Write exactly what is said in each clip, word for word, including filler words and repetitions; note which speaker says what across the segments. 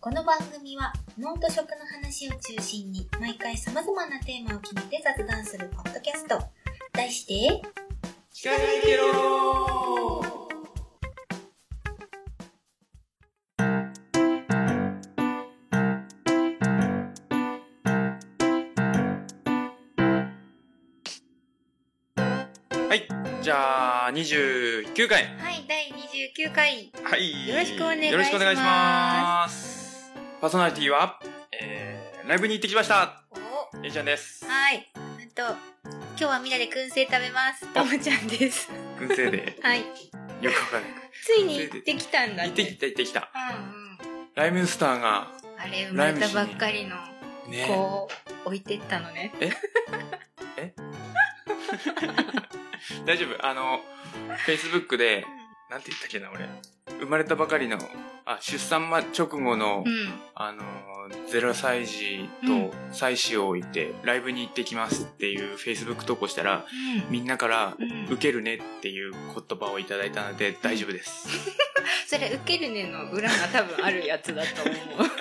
Speaker 1: この番組は脳と食の話を中心に毎回様々なテーマを決めて雑談するポッドキャスト。題して
Speaker 2: 聞かないけろー。はい、じゃあにじゅうきゅうかい。
Speaker 1: はい、だいにじゅうきゅうかい。
Speaker 2: はい、
Speaker 1: よろしくお願いします。
Speaker 2: よろしくお願いします。パーソナリティは、えー、ライブに行ってきました。
Speaker 1: お、
Speaker 2: えいちゃんです。
Speaker 1: はい。あと今日はみんなで燻製食べます。ともちゃんです。
Speaker 2: 燻製で。
Speaker 1: はい。
Speaker 2: よくわかんない。
Speaker 1: ついに行ってきたんだね。
Speaker 2: 行ってきた行ってきた。
Speaker 1: うんうん。
Speaker 2: ライムスターが
Speaker 1: あれ生まれたばっかりの
Speaker 2: ね、
Speaker 1: こう置いてったのね。
Speaker 2: え？え？大丈夫。あの Facebook でなんて言ったっけな俺。生まれたばかりのあ出産直後の、うん、あのゼロさい児と妻子を置いてライブに行ってきますっていう Facebook 投稿したら、うん、みんなからウケるねっていう言葉をいただいたので大丈夫です。
Speaker 1: それウケるねの裏が多分あるやつだと思う。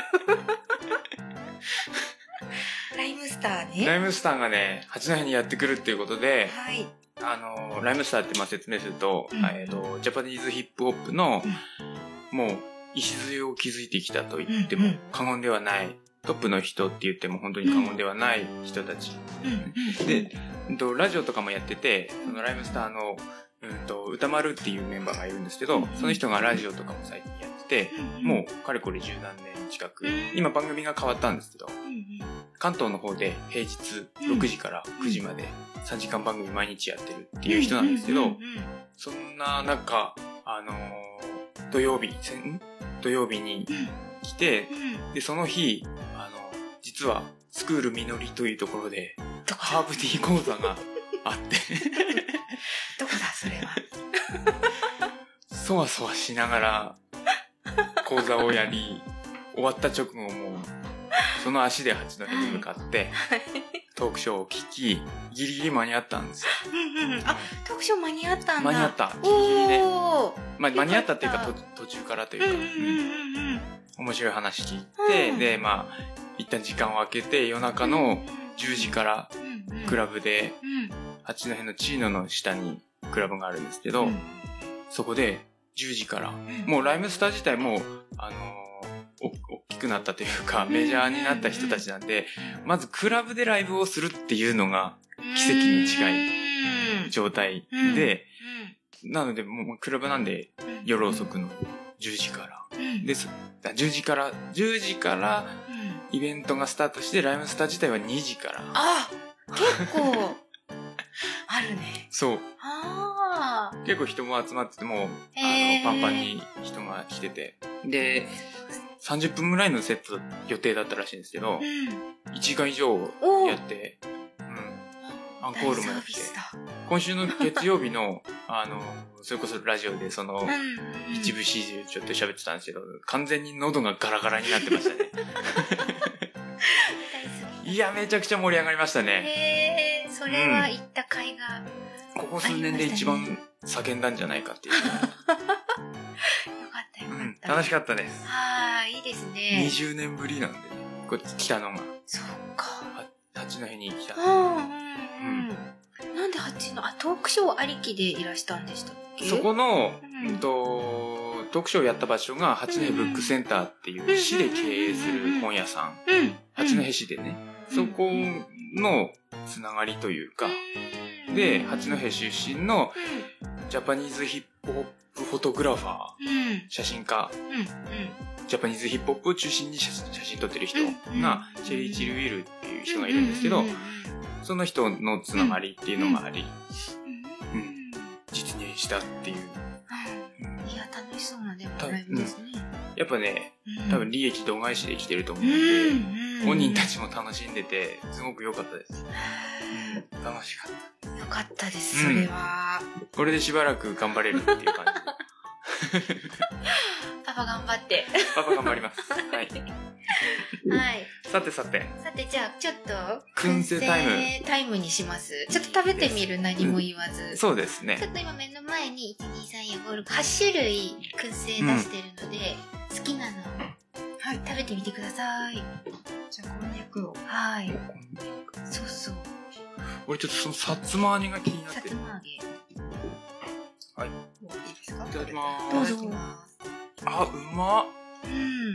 Speaker 1: ライムスターね。
Speaker 2: ライムスターがね八戸にやってくるっていうことで、
Speaker 1: はい、
Speaker 2: あのライムスターってまあ説明すると、うん、えーとジャパニーズヒップホップの、うん、もう礎を築いてきたと言っても過言ではない、うんうん、トップの人って言っても本当に過言ではない人たち、うん、で、うん、ラジオとかもやっててそのライムスターの、うん、と歌丸っていうメンバーがいるんですけど、うん、その人がラジオとかも最近やってて、うん、もうかれこれ十何年近く、うん、今番組が変わったんですけど、うん、関東の方で平日ろくじからくじまでさんじかん番組毎日やってるっていう人なんですけど、そんな中あのー、土曜日土曜日に来て、うん、でその日あの実はスクールみのりというところでハーブティー講座があって
Speaker 1: どこだそれは。
Speaker 2: そわそわしながら講座をやり終わった直後もその足で八戸に向かって、はい、トークショーを聞きギリギリ間に合ったんですよ。
Speaker 1: うんうん、あ、トークショー間に合ったんだ。
Speaker 2: 間に合った。ギリギリで、まあ、間に合ったっていうか途中からというか、うんうんうんうん、面白い話聞いて、うん、でまあ一旦時間を空けて夜中のじゅうじからクラブで、うんうん、八戸のチーノの下にクラブがあるんですけど、うん、そこでじゅうじから、うん、もうライムスター自体もあの大きくなったというかメジャーになった人たちなんで、まずクラブでライブをするっていうのが奇跡に近い状態で、なのでもうクラブなんで夜遅くのじゅうじからですじゅうじからじゅうじからイベントがスタートしてライムスター自体はにじから。
Speaker 1: あ、結構あるね。
Speaker 2: そう。
Speaker 1: あ、
Speaker 2: 結構人も集まっててもあのパンパンに人が来てて、でさんじゅっぷんぐらいのセット予定だったらしいんですけど、うん、いちじかん以上やって、うん、アンコールもやって、今週の月曜日のあのそれこそラジオでその、うん、一部始終ちょっと喋ってたんですけど、完全に喉がガラガラになってましたね。いやめちゃくちゃ盛り上がりましたね。
Speaker 1: へー、それは行った甲斐が、
Speaker 2: うん、ここ数年で一番叫んだんじゃないかっていう。うん、楽しかったです。
Speaker 1: はあ、いいですね。
Speaker 2: にじゅうねんぶりなんで、ね、こっち来たのが。
Speaker 1: そうか。
Speaker 2: 八戸に来た。
Speaker 1: うんうんうん。うん、なんで八戸、あ、トークショーありきでいらしたんでしたっけ？
Speaker 2: そこの、うん、とトークショーやった場所が八戸ブックセンターっていう市で経営する本屋さん。うん、八戸市でね、うん、そこのつながりというか、うん、で八戸出身のジャパニーズヒップホップフォトグラファー、うん、写真家、うんうん、ジャパニーズヒップホップを中心に写真撮ってる人が、うん、チェリー・チル・ウィルっていう人がいるんですけど、うん、その人のつながりっていうのがあり、うんうん、実現したっていう、
Speaker 1: うん、いや楽しそうなでもライブですね、うん、
Speaker 2: やっぱね、多分利益度外視で来てると思うので、うん、本人たちも楽しんでてすごく良かったです、うん、楽しかった。
Speaker 1: よかったです、それは、
Speaker 2: うん、これでしばらく頑張れるっていう感じ。
Speaker 1: パパ頑張って。
Speaker 2: パパ頑張ります。はい。
Speaker 1: はい。
Speaker 2: さてさて。
Speaker 1: さてじゃあちょっと
Speaker 2: 燻製タイム
Speaker 1: タイムにします。ちょっと食べてみる、何も言わず、
Speaker 2: うん。そうですね。
Speaker 1: ちょっと今目の前にいちにさんよんごろくはち種類燻製出してるので、うん、好きなのはい、食べてみてください。
Speaker 3: じゃあこんにゃくを。
Speaker 1: はい。そうそう。
Speaker 2: 俺ちょっとそのさつま揚げが気になってる。
Speaker 1: さつま揚げ。
Speaker 2: はい。
Speaker 3: いいですか？
Speaker 2: いただきまーす。
Speaker 1: どうぞ。
Speaker 2: あ、うまっ。
Speaker 1: うん。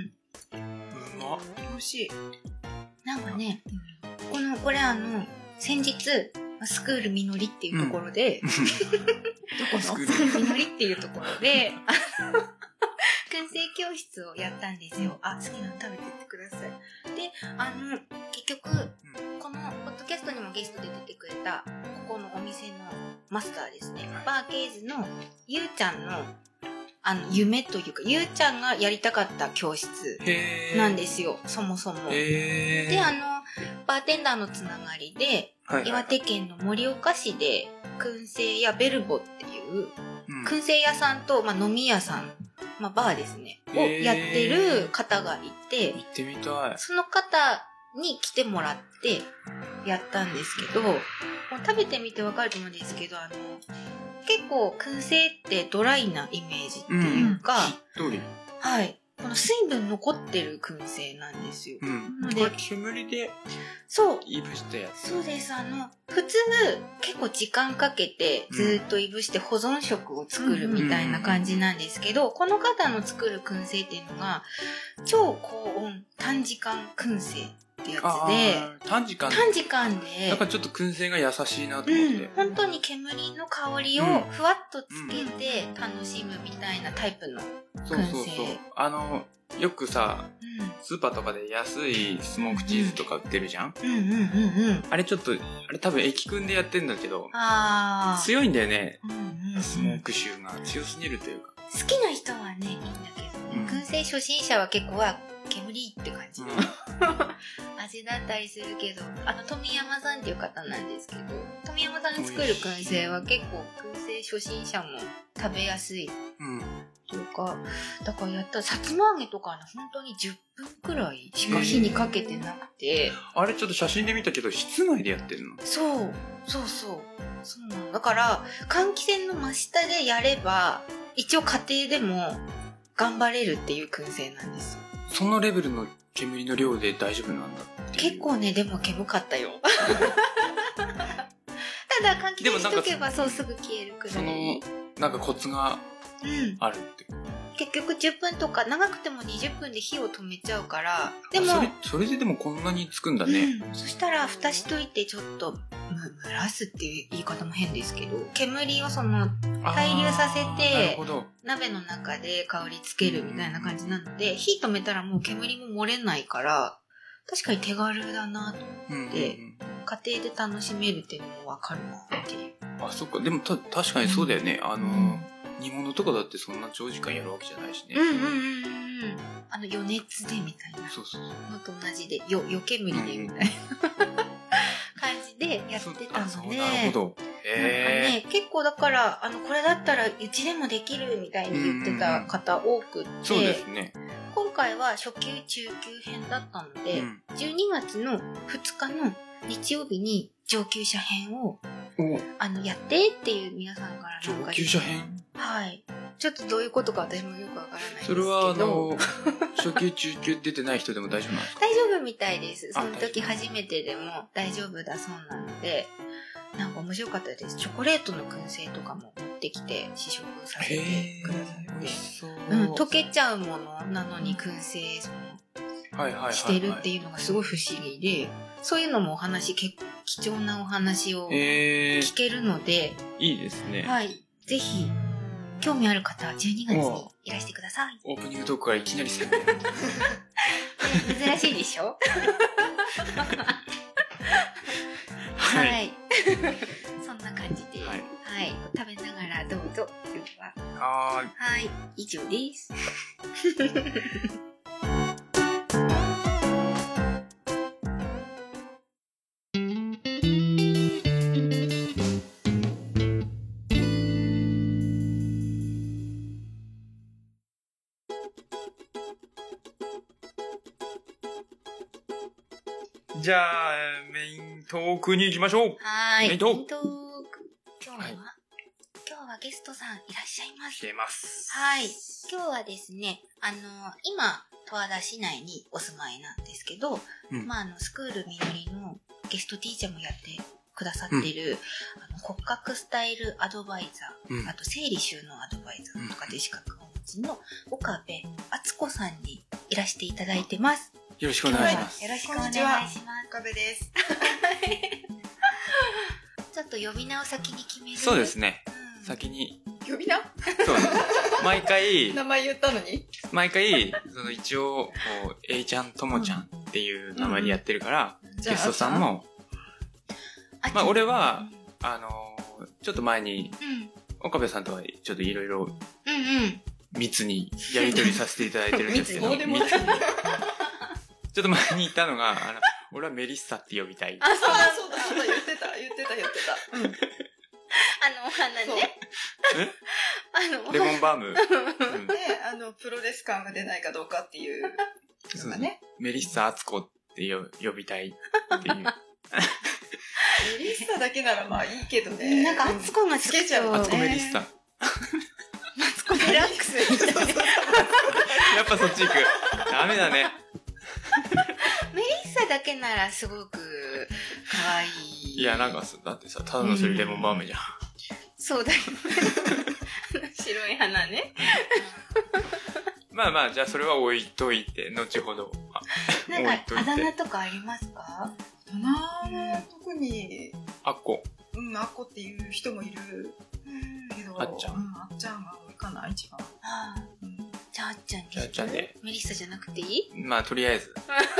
Speaker 2: うまっ。
Speaker 3: 美味しい。
Speaker 1: なんかね、この、これあの、先日、スクールみのりっていうところで、
Speaker 3: どこの？
Speaker 2: スクール
Speaker 1: みのりっていうところで、あの、燻製教室をやったんですよ。あ、好きなの食べてってください。で、あの、結局、このポッドキャストにもゲストで出てくれた、ここのお店のマスターですね。バーケーズのゆうちゃんの、あの、夢というか、ゆうちゃんがやりたかった教室なんですよ、そもそも。
Speaker 2: へー。
Speaker 1: で、あの、バーテンダーのつながりで、
Speaker 2: はいはい、
Speaker 1: 岩手県の盛岡市で、燻製屋ベルボっていう、
Speaker 2: うん、
Speaker 1: 燻製屋さんと、まあ、飲み屋さん、まあ、バーですね、をやってる方がいて、
Speaker 2: 行ってみたい。
Speaker 1: その方に来てもらってやったんですけど、もう食べてみてわかると思うんですけど、あの、結構燻製ってドライなイメージっていうか、
Speaker 2: うん、
Speaker 1: はい。この水分残ってる燻製なんですよ。
Speaker 2: うん。
Speaker 1: ので
Speaker 2: これ煙で、
Speaker 1: そう。
Speaker 2: いぶしたやつ。
Speaker 1: そうです。あの、普通、結構時間かけてずっといぶして保存食を作るみたいな感じなんですけど、うん、この方の作る燻製っていうのが、超高温短時間燻製ってやつで、
Speaker 2: 短時間
Speaker 1: 短時間で、
Speaker 2: なんかちょっと燻製が優しいなと思って。うん、
Speaker 1: 本当に煙の香りをふわっとつけて楽しむみたいなタイプの燻製。
Speaker 2: そうそうそう。あの、よくさ、うん、スーパーとかで安いスモークチーズとか売ってるじゃん、
Speaker 1: うんうんうんうん、
Speaker 2: あれちょっと、あれ多分液燻でやってんだけど、
Speaker 1: あ
Speaker 2: 強いんだよね、
Speaker 1: うんうんうん。ス
Speaker 2: モーク臭が強すぎるというか。
Speaker 1: 好きな人はね、いいんだけど、うん、燻製初心者は結構は煙って感じの、うん、味だったりするけど、あの富山さんっていう方なんですけど、富山さんが作る燻製は結構燻製初心者も食べやすい。うんというか、だからやったらさつま揚げとかね、本当にじゅっぷんくらいしか火にかけてなくて、
Speaker 2: あれちょっと写真で見たけど室内でやってるの？
Speaker 1: そうそうそうそうなの。だから換気扇の真下でやれば一応家庭でも頑張れるっていう燻製なんですよ。
Speaker 2: そのレベルの煙の量で大丈夫なんだっていう。
Speaker 1: 結構ね、でも煙かったよ。ただ換気扇しとけばそうすぐ消えるくらい。
Speaker 2: そのなんかコツがあるって、うん、
Speaker 1: 結局じゅっぷんとか長くてもにじゅっぷんで火を止めちゃうから、でも
Speaker 2: それ、それででもこんなにつくんだね、
Speaker 1: うん、そしたら蓋しといてちょっと蒸らすっていう言い方も変ですけど、煙をその対流させて鍋の中で香りつけるみたいな感じなので、火止めたらもう煙も漏れないから、確かに手軽だなと思って、うんうんうん、家庭で楽しめるっていうのも分かるなっていう。
Speaker 2: あ、そっか。でもた確かにそうだよね、うん、あの、うん煮物とかだってそんな長時間やるわけじゃないしね。
Speaker 1: うんうんうんうん。あの余熱でみたいな。
Speaker 2: そうそうそう。
Speaker 1: のと同じで、よ、よ煙でみたいな、うん、感じでやってたので。
Speaker 2: なるほど。へ
Speaker 1: なんかね、結構だから、あの、これだったらうちでもできるみたいに言ってた方多くって。
Speaker 2: そうですね。
Speaker 1: 今回は初級中級編だったので、うん、じゅうにがつのふつかの日曜日に上級者編をあのやってっていう皆さんからなんか
Speaker 2: 上級者編
Speaker 1: はいちょっとどういうことか私もよくわからないんですけど、
Speaker 2: それはあの初級中級出てない人でも大丈夫なんですか？
Speaker 1: 大丈夫みたいです。その時初めてでも大丈夫だそうなので、なんか面白かったです。チョコレートの燻製とかも持ってきて試食させてくださって、
Speaker 2: 美味しそう、
Speaker 1: うん、溶けちゃうものなのに燻製その、はいはいはいはい、してるっていうのがすごい不思議で、そういうのもお話結構貴重なお話を聞けるので、
Speaker 2: いいですね。
Speaker 1: はい、ぜひ興味ある方はじゅうにがつにいらしてください。
Speaker 2: オープニングトークからいきなり宣伝。
Speaker 1: 珍しいでしょ？はい、はい、そんな感じで、はい、はい、食べながらどうぞ。今日は
Speaker 2: はい
Speaker 1: はい以上です。
Speaker 2: じゃあメイントークに行きましょう。
Speaker 1: はい。メイントーク。今日は、はい、今日はゲストさんいらっしゃいます。
Speaker 2: 来てます。
Speaker 1: はい。今日はですね、あの今十和田市内にお住まいなんですけど、うん、まあ、あの、スクールみのりのゲストティーチャーもやってくださってる、うん、あの骨格スタイルアドバイザー、うん、あと生理収納アドバイザーとかで資格をお持ちの岡部敦子さんにいらしていただいてます。
Speaker 2: よろしくお願いします。
Speaker 1: よろしくお願いします。
Speaker 3: 岡部です。
Speaker 1: ちょっと呼び名を先に決める。
Speaker 2: そうですね。
Speaker 1: うん、
Speaker 2: 先に。
Speaker 3: 呼び名？
Speaker 2: そうです。毎回。
Speaker 3: 名前言ったのに？
Speaker 2: 毎回、その一応、こう、A ちゃん、ともちゃんっていう名前でやってるから、うん、ゲストさんも、まあ俺は、あのー、ちょっと前に、うん、岡部さんとはちょっといろいろ、密にやり取りさせていただいてるんですけど、密に。ちょっと前に言ったのが、あの、俺はメリッサって呼びたい。
Speaker 3: あ、そうだそうだそうだ、言ってた、言ってた、言ってた。うん、
Speaker 1: あの、お花ね。
Speaker 2: えあの、レモンバーム。うん、
Speaker 3: で、あの、プロレス感が出ないかどうかっていうのがね。
Speaker 2: メリッサ敦子って呼びたいっていう。
Speaker 3: メリッサだけならまあいいけどね。
Speaker 1: なんか、敦子がつけちゃう、ね。
Speaker 2: 敦子メリッサ。
Speaker 1: マツコデラックスみたいな。
Speaker 2: やっぱそっち行く。ダメだね。
Speaker 1: メリッサだけならすごく可愛い。
Speaker 2: いや、なんか、だってさ、ただのそれレモンバームじゃん。
Speaker 1: そうだよ。白い花ね。
Speaker 2: まあまあ、じゃあそれは置いといて、後ほど。
Speaker 1: なんか、あだ名とかありますか？
Speaker 3: あだ名は特に。
Speaker 2: あっこ。
Speaker 3: うん、あっこっていう人もいる。けど、
Speaker 2: あっちゃん。
Speaker 3: うん、あっちゃんが多いかな、一番。
Speaker 1: ああ。うん、じゃああっちゃんに。
Speaker 2: じゃああっちゃんで。
Speaker 1: メリッサじゃなくていい？
Speaker 2: まあ、とりあえず。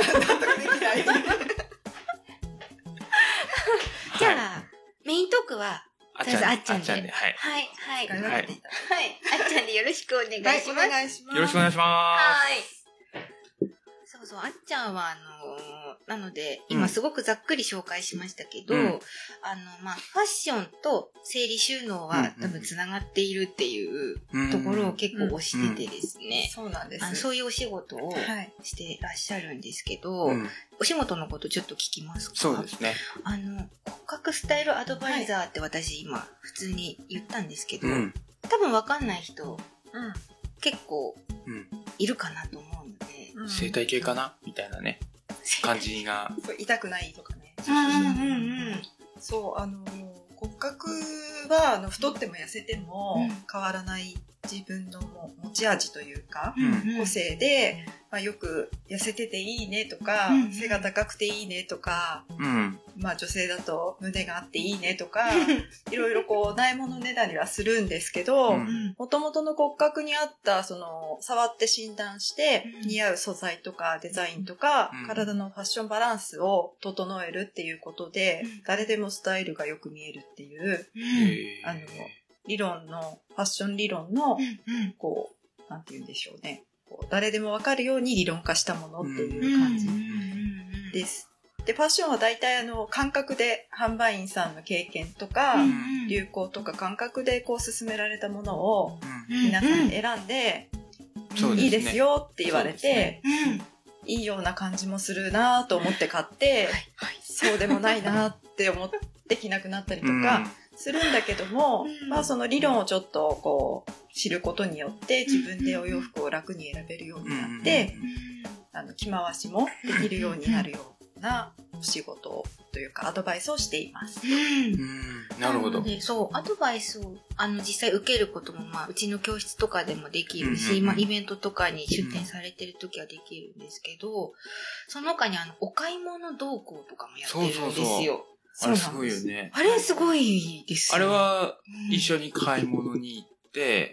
Speaker 1: じゃあ、メイントークは、
Speaker 2: あっちゃんで。
Speaker 1: あっちゃんで。
Speaker 2: はい。
Speaker 1: はい。はい。
Speaker 3: はい。
Speaker 1: はい。あっちゃんでよろしくお願いします。
Speaker 3: はい、お願いします。
Speaker 2: よろしくお願いします。
Speaker 1: はい。そうそう、あっちゃんは、あのー、なので、今すごくざっくり紹介しましたけど、うん、あの、まあ、ファッションと生理収納は多分つながっているっていうところを結構推しててですね。
Speaker 3: そうなんです。
Speaker 1: あのそういうお仕事をしてらっしゃるんですけど、
Speaker 2: うん、
Speaker 1: お仕事のことちょっと聞きますか？
Speaker 2: そうですね。
Speaker 1: あの、骨格スタイルアドバイザーって私今普通に言ったんですけど、うん、多分わかんない人、うん、結構いるかなと思うので、
Speaker 2: うん、生態系かなみたいなね感じが
Speaker 3: そう痛くないとかね。
Speaker 1: うんうんうん、
Speaker 3: そうあの骨格はあの太っても痩せても変わらない自分のも持ち味というか、うん、個性で、まあ、よく痩せてていいねとか、うん、背が高くていいねとか、
Speaker 2: うん、
Speaker 3: まあ女性だと胸があっていいねとかいろいろこうないものねだりはするんですけど、もともとの骨格に合ったその触って診断して似合う素材とかデザインとか、うん、体のファッションバランスを整えるっていうことで、うん、誰でもスタイルがよく見えるっていう、うん、あの理論のファッション理論のこうなんて言うんでしょうね、こう誰でもわかるように理論化したものっていう感じです。で、ファッションは大体あの感覚で販売員さんの経験とか、うん、流行とか感覚でこう勧められたものを皆さんに選んで、うん、いいですよって言われて、ねうん、いいような感じもするなと思って買って、はいはい、そうでもないなって思って着なくなったりとかするんだけども、うん、まあその理論をちょっとこう知ることによって自分でお洋服を楽に選べるようになって、うん、あの着回しもできるようになるようなお仕事というかアドバイスをしています。
Speaker 2: うん、なるほど。
Speaker 1: で、そうアドバイスをあの実際受けることもまあうちの教室とかでもできるし、うんうんうん、まあイベントとかに出展されてる時はできるんですけど、うん、その他にあのお買い物同行とかもやってるんですよ。そうそうそう
Speaker 2: あれすごいよね。
Speaker 1: あれすごいです
Speaker 2: よね。あれは一緒に買い物に行って、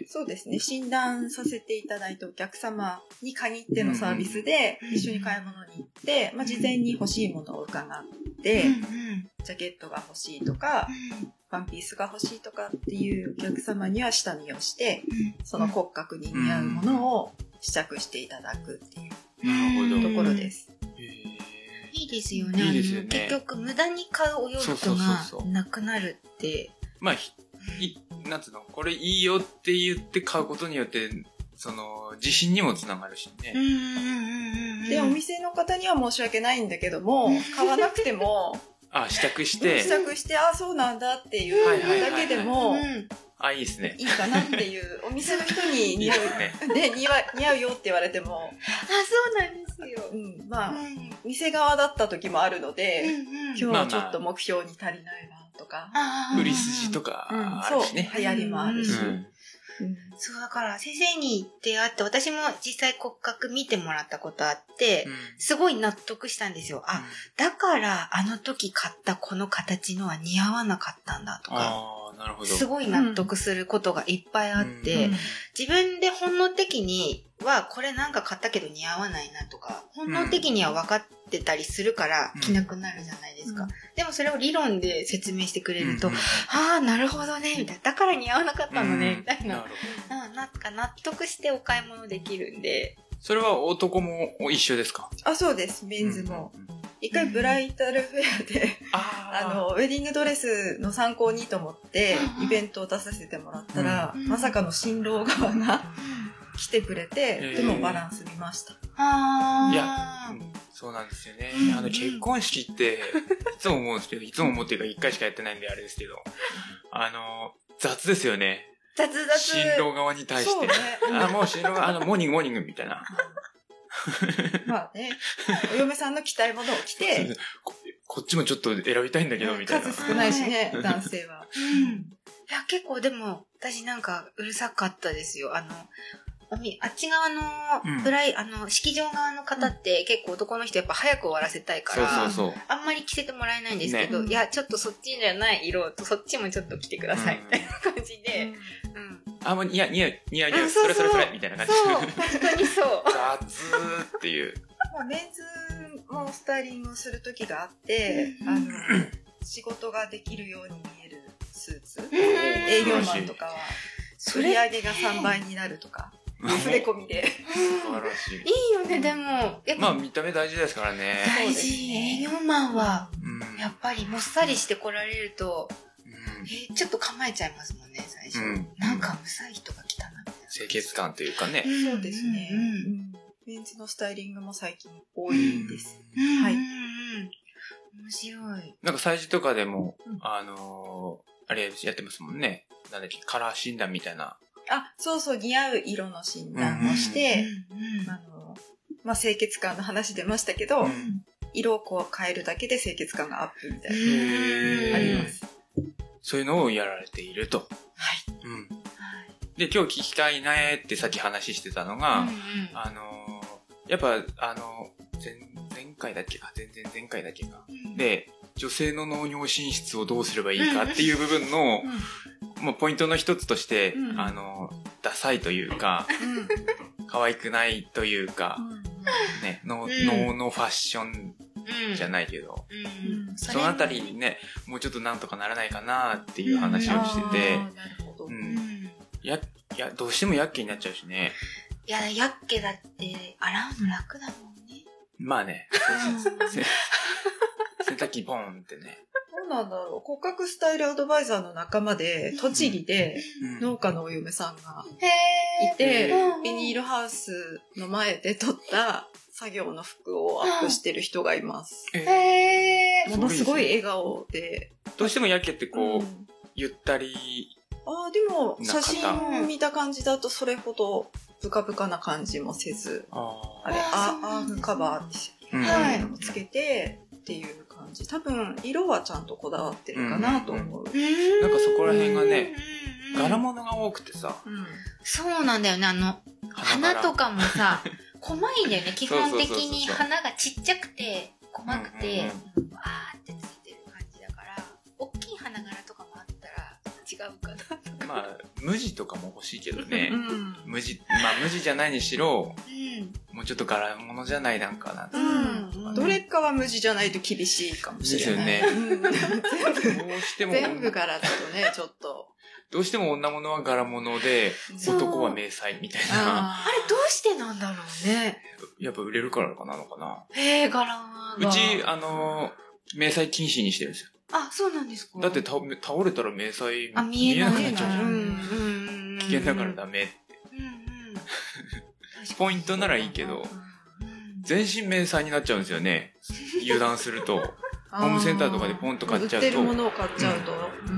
Speaker 3: うん、そうですね。診断させていただいたお客様に限ってのサービスで一緒に買い物に行って、まあ、事前に欲しいものを伺って、うんうん、ジャケットが欲しいとか、うん、ワンピースが欲しいとかっていうお客様には下見をして、うん、その骨格に似合うものを試着していただくっていうところです。
Speaker 1: いいですよね。いいですよね。結局無駄に買うお洋服がなくなるって。
Speaker 2: まあ、いなんつうのこれいいよって言って買うことによってその自信にもつながるしね。うんうん
Speaker 3: うんうん、でお店の方には申し訳ないんだけども買わなくても
Speaker 2: あ試着して
Speaker 3: 試着してあそうなんだっていうだけでも
Speaker 2: あ、いいですね。
Speaker 3: いいかなっていう、お店の人に似合う、ね、で似合似合うよって言われても、
Speaker 1: あ、そうなんですよ。
Speaker 3: うん、まあ、
Speaker 1: うん、
Speaker 3: 店側だった時もあるので、うんうん、今日はちょっと目標に足りないなとか、
Speaker 2: まあまあ、売り筋とかあるしね。
Speaker 3: そう、流行りもあるし。うんうん
Speaker 1: うん、そうだから先生に出会って私も実際骨格見てもらったことあって、うん、すごい納得したんですよ。あ、だからあの時買ったこの形のは似合わなかったんだとか、
Speaker 2: あ、なるほど、
Speaker 1: すごい納得することがいっぱいあって、うん、自分で本能的にはこれなんか買ったけど似合わないなとか本能的には分かってたりするから着なくなるじゃないですか、うん、でもそれを理論で説明してくれると、うん、ああなるほどねみたいな、だから似合わなかったのね、うん、みたいな、うん、なんか納得してお買い物できるんで。
Speaker 2: それは男も一緒ですか？
Speaker 3: あ、そうです。メンズも、うん、一回ブライダルフェアで、うん、あのウェディングドレスの参考にと思ってイベントを出させてもらったら、うん、まさかの新郎側が来てくれて、うん、でもバランス見ました。
Speaker 1: あ
Speaker 2: いや、うん、そうなんですよね。うん、あの結婚式っていつも思うんですけど、いつも思うっていうか一回しかやってないんであれですけど、あの雑ですよね。
Speaker 1: 雑雑。
Speaker 2: 新郎側に対して。ね、あ、もう新郎側、あの、モーニングモーニングみたいな。
Speaker 3: まあね、お嫁さんの着たいものを着て
Speaker 2: こ、こっちもちょっと選びたいんだけど、みたいな。
Speaker 3: 数少ないしね、男性は。
Speaker 1: うん。いや、結構でも、私なんかうるさかったですよ。あの、あっち側のブライ、うん、あの式場側の方って結構男の人やっぱ早く終わらせたいから、そうそうそう、あんまり着せてもらえないんですけど、ね、いやちょっとそっちじゃない色とそっちもちょっと着てくださいみたいな感じで、うんうん、
Speaker 2: あ、もう似合う似合う似合う似合う、それそれそれみたいな感じ。
Speaker 1: そう本当にそう
Speaker 2: 雑っていう。
Speaker 3: まあメンズもスタイリングをする時があって、うん、あの仕事ができるように見えるスーツ、営業マンとかは売り上げがさんばいになるとか。触れ込みで。
Speaker 2: 素晴らしい。
Speaker 1: いいよね、でも。
Speaker 2: まあ見た目大事ですからね。
Speaker 1: 大事。営業マンは、やっぱりもっさりして来られると、うん、えー、ちょっと構えちゃいますもんね、最初。うん、なんかうさい人が来たな、みたいな。
Speaker 2: 清潔感というかね。
Speaker 3: そうですね。うんうん、メンズのスタイリングも最近多いです。うん、はい。面
Speaker 1: 白い。
Speaker 2: なんか催事とかでも、あのー、あれやってますもんね。なんだっけ、カラー診断みたいな。
Speaker 3: あ、そうそう、似合う色の診断をして、うんうん、あの、まあ、清潔感の話出ましたけど、うん、色をこう変えるだけで清潔感がアップみたいな、あります。
Speaker 2: そういうのをやられていると。
Speaker 3: はい。
Speaker 2: うん。で、今日聞きたいねってさっき話してたのが、うんうん、あの、やっぱ、あの、前、前回だっけか、全然前回だっけか。うん、で、女性の農業進出をどうすればいいかっていう部分の、うんもうポイントの一つとして、うん、あの、ダサいというか、うん、可愛くないというか、うん、ね、脳、うん、のファッションじゃないけど、うん、そのあたりね、もうちょっとなんとかならないかなっていう話をしてて、うん、なるほど。うん。や、いや、どうしてもやっけになっちゃうしね。
Speaker 1: いや、やっけだって洗うの楽だもんね。
Speaker 2: まあね。そうそうそう洗濯機ポンってね。
Speaker 3: どうなんだろう。骨格スタイルアドバイザーの仲間で、栃木で農家のお嫁さんがいて、うん、ビニールハウスの前で撮った作業の服をアップしてる人がいます。へー。ものすごい笑顔で。
Speaker 2: どうしてもやけってこう、うん、ゆったり。
Speaker 3: ああ、でも写真を見た感じだとそれほどブカブカな感じもせず、あ, あれ、アームカバーですよね。はい。をつけてっていう感じ。多分、色はちゃんとこだわってるかなと思う。うん、
Speaker 2: なんかそこら辺がね、柄物が多くてさ、
Speaker 1: うん。そうなんだよね。あの、花とかもさ、細いんだよね。基本的に花がちっちゃくて、細くて、わーってついてる感じだから、大きい花柄とかもあったら違うかなとか。
Speaker 2: まあ、無地とかも欲しいけどね。うん、無地、まあ無地じゃないにしろ、うん、もうちょっと柄物じゃないなんかな、
Speaker 3: うん。どれかは無地じゃないと厳しいかもしれない。ですよね。うん、全部、どうしても全部柄だとね、ちょっと。
Speaker 2: どうしても女物は柄物で、男は迷彩みたいな。
Speaker 1: あれどうしてなんだろうね。
Speaker 2: やっぱ売れるからかなのかな。
Speaker 1: へえ、柄が。
Speaker 2: うち、あの、迷彩禁止にしてるんですよ。
Speaker 1: あ、そうなんですか。
Speaker 2: だって倒れたら迷彩見えなくなっちゃうじゃん。危険だからダメって。ポイントならいいけど、全身迷彩になっちゃうんですよね。油断すると。ホームセンターとかでポンと買っちゃうと。
Speaker 3: 売ってるものを買っちゃうと。うん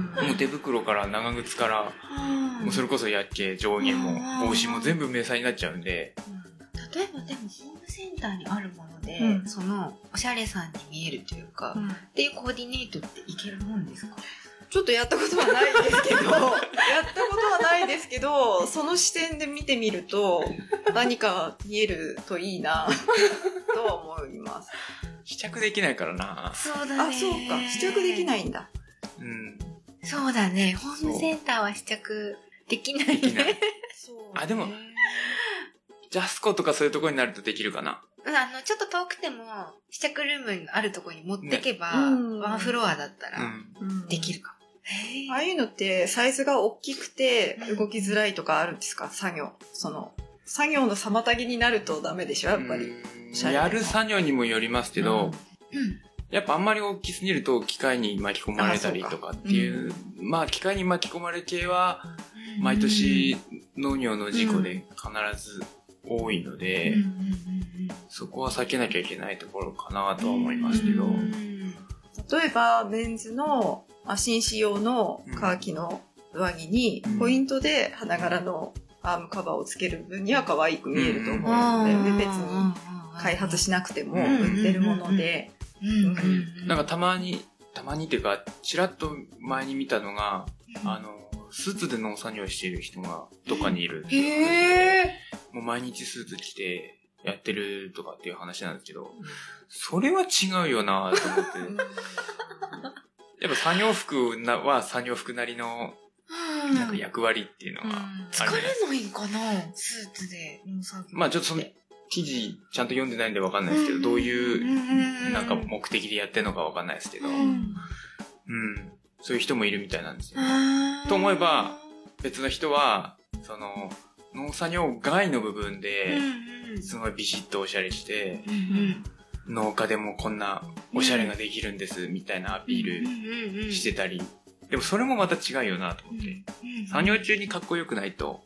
Speaker 2: もう手袋から長靴から、もうそれこそやっけ、上下も帽子も全部迷彩になっちゃうんで。
Speaker 1: 例えばでもホームセンターにあるもので、うん、そのおしゃれさんに見えるというか、うん、っていうコーディネートっていけるもんですか？
Speaker 3: ちょっとやったことはないですけど、やったことはないですけど、その視点で見てみると、何か見えるといいな、とは思います。
Speaker 2: 試着できないからな。
Speaker 1: そうだね。
Speaker 3: あ、そうか。試着できないんだ。
Speaker 2: うん。
Speaker 1: そうだね。ホームセンターは試着できないね。できない。
Speaker 3: そうね。
Speaker 2: あ、でも、ジャスコとかそういうところになるとできるかな。
Speaker 1: あの、ちょっと遠くても、試着ルームがあるところに持ってけば、ね、ワンフロアだったら、できるかも。
Speaker 3: ああいうのってサイズが大きくて動きづらいとかあるんですか？作業。その、作業の妨げになるとダメでしょやっぱり。
Speaker 2: やる作業にもよりますけど、うん、やっぱあんまり大きすぎると機械に巻き込まれたりとかっていう、うん、まあ機械に巻き込まれ系は、毎年農業の事故で必ず多いので、うん、そこは避けなきゃいけないところかなとは思いますけど。
Speaker 3: 例えば、メンズの紳士用のカーキの上着に、ポイントで花柄のアームカバーをつける分には可愛く見えると思うので、うん、別に開発しなくても売ってるもので。
Speaker 2: なんかたまに、たまにっていうか、ちらっと前に見たのが、あの、スーツで農作業している人がどっかにいる。
Speaker 3: へー。
Speaker 2: もう毎日スーツ着てやってるとかっていう話なんですけど、それは違うよなと思って。やっぱ作業服なは作業服なりのなんか役割っていうのがある、ね。
Speaker 1: 疲れないんかなスーツで農作業。
Speaker 2: まあちょっとその記事ちゃんと読んでないんでわかんないですけど、どういうなんか目的でやってるのかわかんないですけど、うん、うん、そういう人もいるみたいなんですよ。と思えば別の人はその農作業外の部分ですごいビシッとおしゃれして、うん、農家でもこんなおしゃれができるんですみたいなアピールしてたり、でもそれもまた違うよなと思って、作業中にかっこよくないと、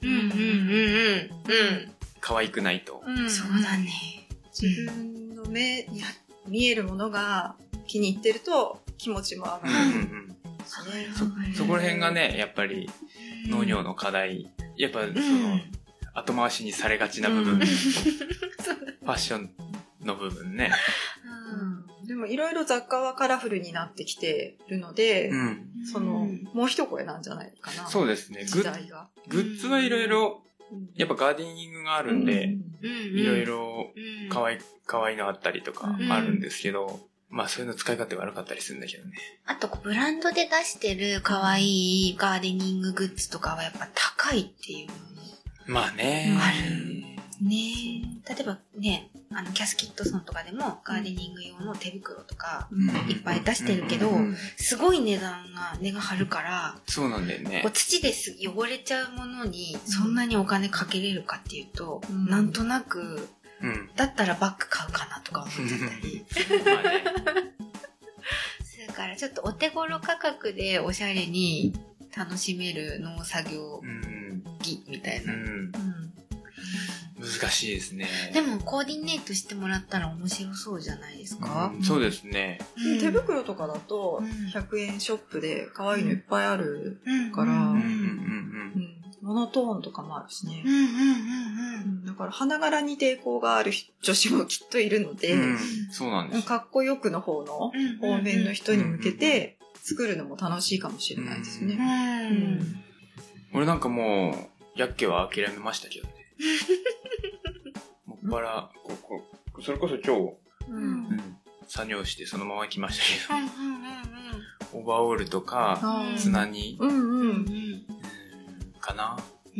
Speaker 2: 可愛くないと、
Speaker 1: うん、そうだね。
Speaker 3: 自分の目に見えるものが気に入ってると気持ちも上がる。うんうんうん、
Speaker 2: そ, そこら辺がね、やっぱり農業の課題、やっぱその、うん、後回しにされがちな部分、うん、ファッションの部分ね。
Speaker 3: うん、でもいろいろ雑貨はカラフルになってきてるので、うん、そのもう一声なんじゃないかな。
Speaker 2: そうですね。時代がグッズはいろいろやっぱガーデニングがあるんで、いろいろ可愛い可愛いのあったりとかあるんですけど、まあそういうの使い勝手悪かったりするんだけどね。
Speaker 1: あとブランドで出してる可愛いガーデニンググッズとかはやっぱ高いっていうのも
Speaker 2: まあね
Speaker 1: あるね。例えばね、あのキャスキットソンとかでもガーデニング用の手袋とかいっぱい出してるけど、すごい値段が値が張るから、
Speaker 2: そうなんだよね。
Speaker 1: こう土です汚れちゃうものにそんなにお金かけれるかっていうと、うん、なんとなく、うん、だったらバッグ買うかなとか思っちゃったり。まあね、だからちょっとお手頃価格でおしゃれに楽しめる農作業着みたいな。うんうん
Speaker 2: 難しいですね。
Speaker 1: でもコーディネートしてもらったら面白そうじゃないですか？
Speaker 2: うん、そうですね、
Speaker 3: うん。手袋とかだとひゃくえんショップで可愛いのいっぱいあるから、モノトーンとかもあるしね。だから花柄に抵抗がある女子もきっといるので、うん、
Speaker 2: そうなんです。
Speaker 3: かっこよくの方の方面の人に向けて作るのも楽しいかもしれないですね。うんうん、
Speaker 2: 俺なんかもうやっけは諦めましたけどね。もっぱらここそれこそ今日、うんうん、作業してそのまま来ましたけど、オーバーオールとかつなぎ、うんうんうん、かな、うん、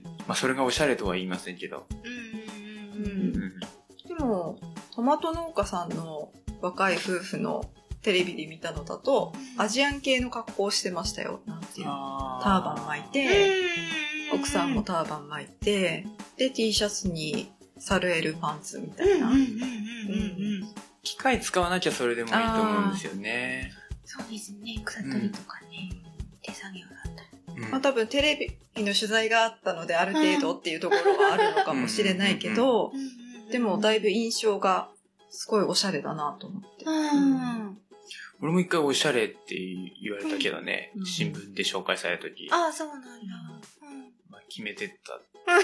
Speaker 2: まあそれがおしゃれとは言いませんけど、
Speaker 3: うんうんうん、でもトマト農家さんの若い夫婦のテレビで見たのだとアジアン系の格好をしてましたよ。なんていうの、ターバン巻いて、奥さんもターバン巻いて、で T シャツにサルエルパンツみたいな。
Speaker 2: 機械使わなきゃそれでもいいと思うんですよね。
Speaker 1: そうですね。草取りとかね、うん、手作業だったり。
Speaker 3: まあ多分テレビの取材があったのである程度っていうところはあるのかもしれないけど、でもだいぶ印象がすごいおしゃれだなと思って。うん、
Speaker 2: 俺も一回おしゃれって言われたけどね、
Speaker 3: うん、
Speaker 2: 新聞で紹介された時。
Speaker 1: ああ、そうなんだ。うん
Speaker 2: まあ、決めてった。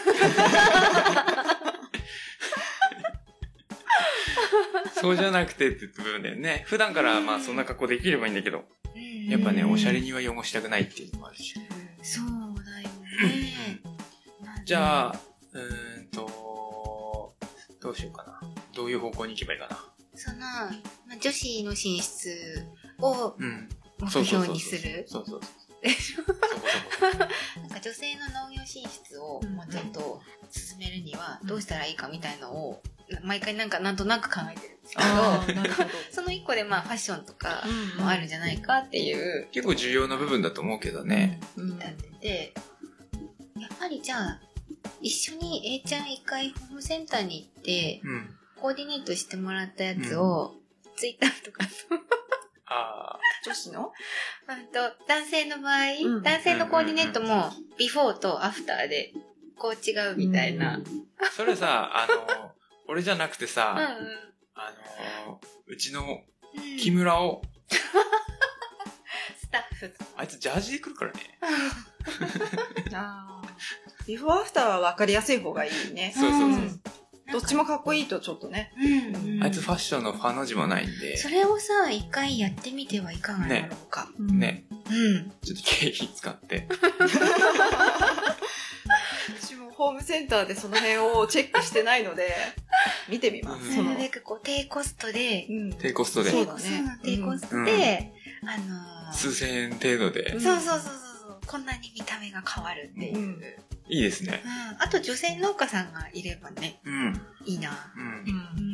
Speaker 2: そうじゃなくてって部分だよね。普段からまあそんな格好できればいいんだけど、うん、やっぱね、おしゃれには汚したくないっていうのもあるし。
Speaker 1: そうだよね。
Speaker 2: じゃあ、うーんと、どうしようかな。どういう方向に行けばいいかな。
Speaker 1: その、まあ、女子の寝室を目標にする。
Speaker 2: そうそうそう。
Speaker 1: なんか女性の農業寝室をもうちょっと進めるにはどうしたらいいかみたいのを毎回なんかなんとなく考えてるんですけど、なるほどその一個でまあファッションとかもあるんじゃないかっていう、
Speaker 2: うん、結構重要な部分だと思うけどね。
Speaker 1: うん、だってて、やっぱりじゃあ一緒に A ちゃん一回ホームセンターに行って、うん、コーディネートしてもらったやつを、うん、ツイッターとか
Speaker 2: あ
Speaker 3: 女子の
Speaker 1: と男性の場合、うん、男性のコーディネートもビフォーとアフターでこう違うみたいな、うん、
Speaker 2: それさあの俺じゃなくてさ、
Speaker 1: うんうん、
Speaker 2: あのうちの木村を、うん、
Speaker 1: スタッフ
Speaker 2: あいつジャージで来るからね
Speaker 3: あビフォーアフターは分かりやすい方がいいね。
Speaker 2: そうそうそう、
Speaker 3: うんどっちもかっこいいとちょっとね、
Speaker 1: うんうん、
Speaker 2: あいつファッションのファの字もないんで
Speaker 1: それをさ一回やってみてはいかがだろうか
Speaker 2: ね、ね、
Speaker 1: うん、
Speaker 2: ちょっと経費使って
Speaker 3: 私もホームセンターでその辺をチェックしてないので見てみます、
Speaker 1: うん、なるべくこう低コストで、
Speaker 2: うん、低コストで
Speaker 3: そうだね
Speaker 1: 低コストで、うん、あのー、
Speaker 2: 数千円程度で、
Speaker 1: うん、そうそうそうそうこんなに見た目が変わるっていう、うん、
Speaker 2: いいですね、
Speaker 1: うん、あと女性農家さんがいればね、うん、いいな、
Speaker 2: うんうん、